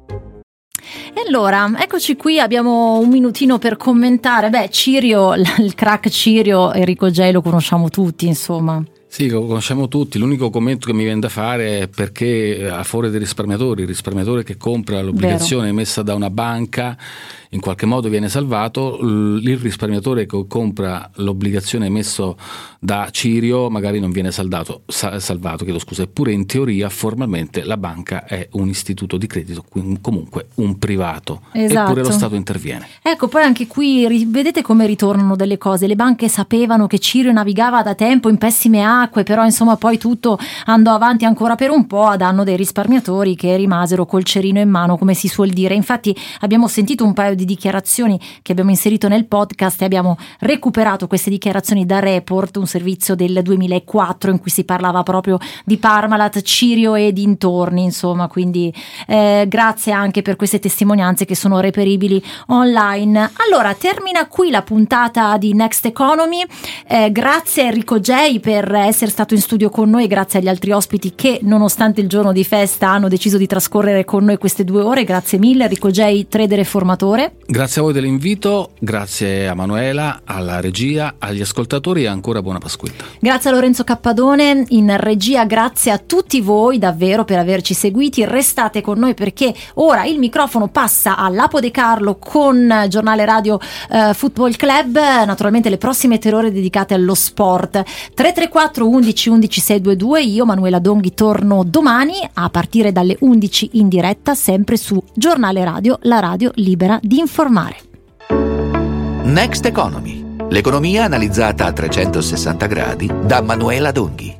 E allora, eccoci qui, abbiamo un minutino per commentare. Cirio, il crack Cirio, Enrico Gei lo conosciamo tutti, insomma. Sì, lo conosciamo tutti. L'unico commento che mi viene da fare è perché a favore dei risparmiatori, il risparmiatore che compra l'obbligazione emessa da una banca in qualche modo viene salvato, il risparmiatore che compra l'obbligazione emessa da Cirio magari non viene salvato, eppure in teoria formalmente la banca è un istituto di credito, comunque un privato, esatto. Eppure lo Stato interviene. Ecco, poi anche qui vedete come ritornano delle cose. Le banche sapevano che Cirio navigava da tempo in pessime acque, però insomma poi tutto andò avanti ancora per un po' a danno dei risparmiatori che rimasero col cerino in mano, come si suol dire. Infatti abbiamo sentito un paio di dichiarazioni che abbiamo inserito nel podcast e abbiamo recuperato queste dichiarazioni da Report, un servizio del 2004 in cui si parlava proprio di Parmalat, Cirio e dintorni, insomma, quindi grazie anche per queste testimonianze che sono reperibili online. Allora, termina qui la puntata di Next Economy, grazie a Enrico Gei per essere stato in studio con noi, grazie agli altri ospiti che nonostante il giorno di festa hanno deciso di trascorrere con noi queste 2 ore, grazie mille. Enrico Gei, trader e formatore. Grazie a voi dell'invito, grazie a Manuela, alla regia, agli ascoltatori e ancora buona Pasquetta. Grazie a Lorenzo Cappadone in regia, grazie a tutti voi davvero per averci seguiti. Restate con noi perché ora il microfono passa a Lapo De Carlo con Giornale Radio Football Club, naturalmente le prossime 3 ore dedicate allo sport. 334 11 11 622, io Manuela Donghi torno domani a partire dalle 11 in diretta, sempre su Giornale Radio, la radio libera di informare. Next Economy, l'economia analizzata a 360 gradi da Manuela Donghi.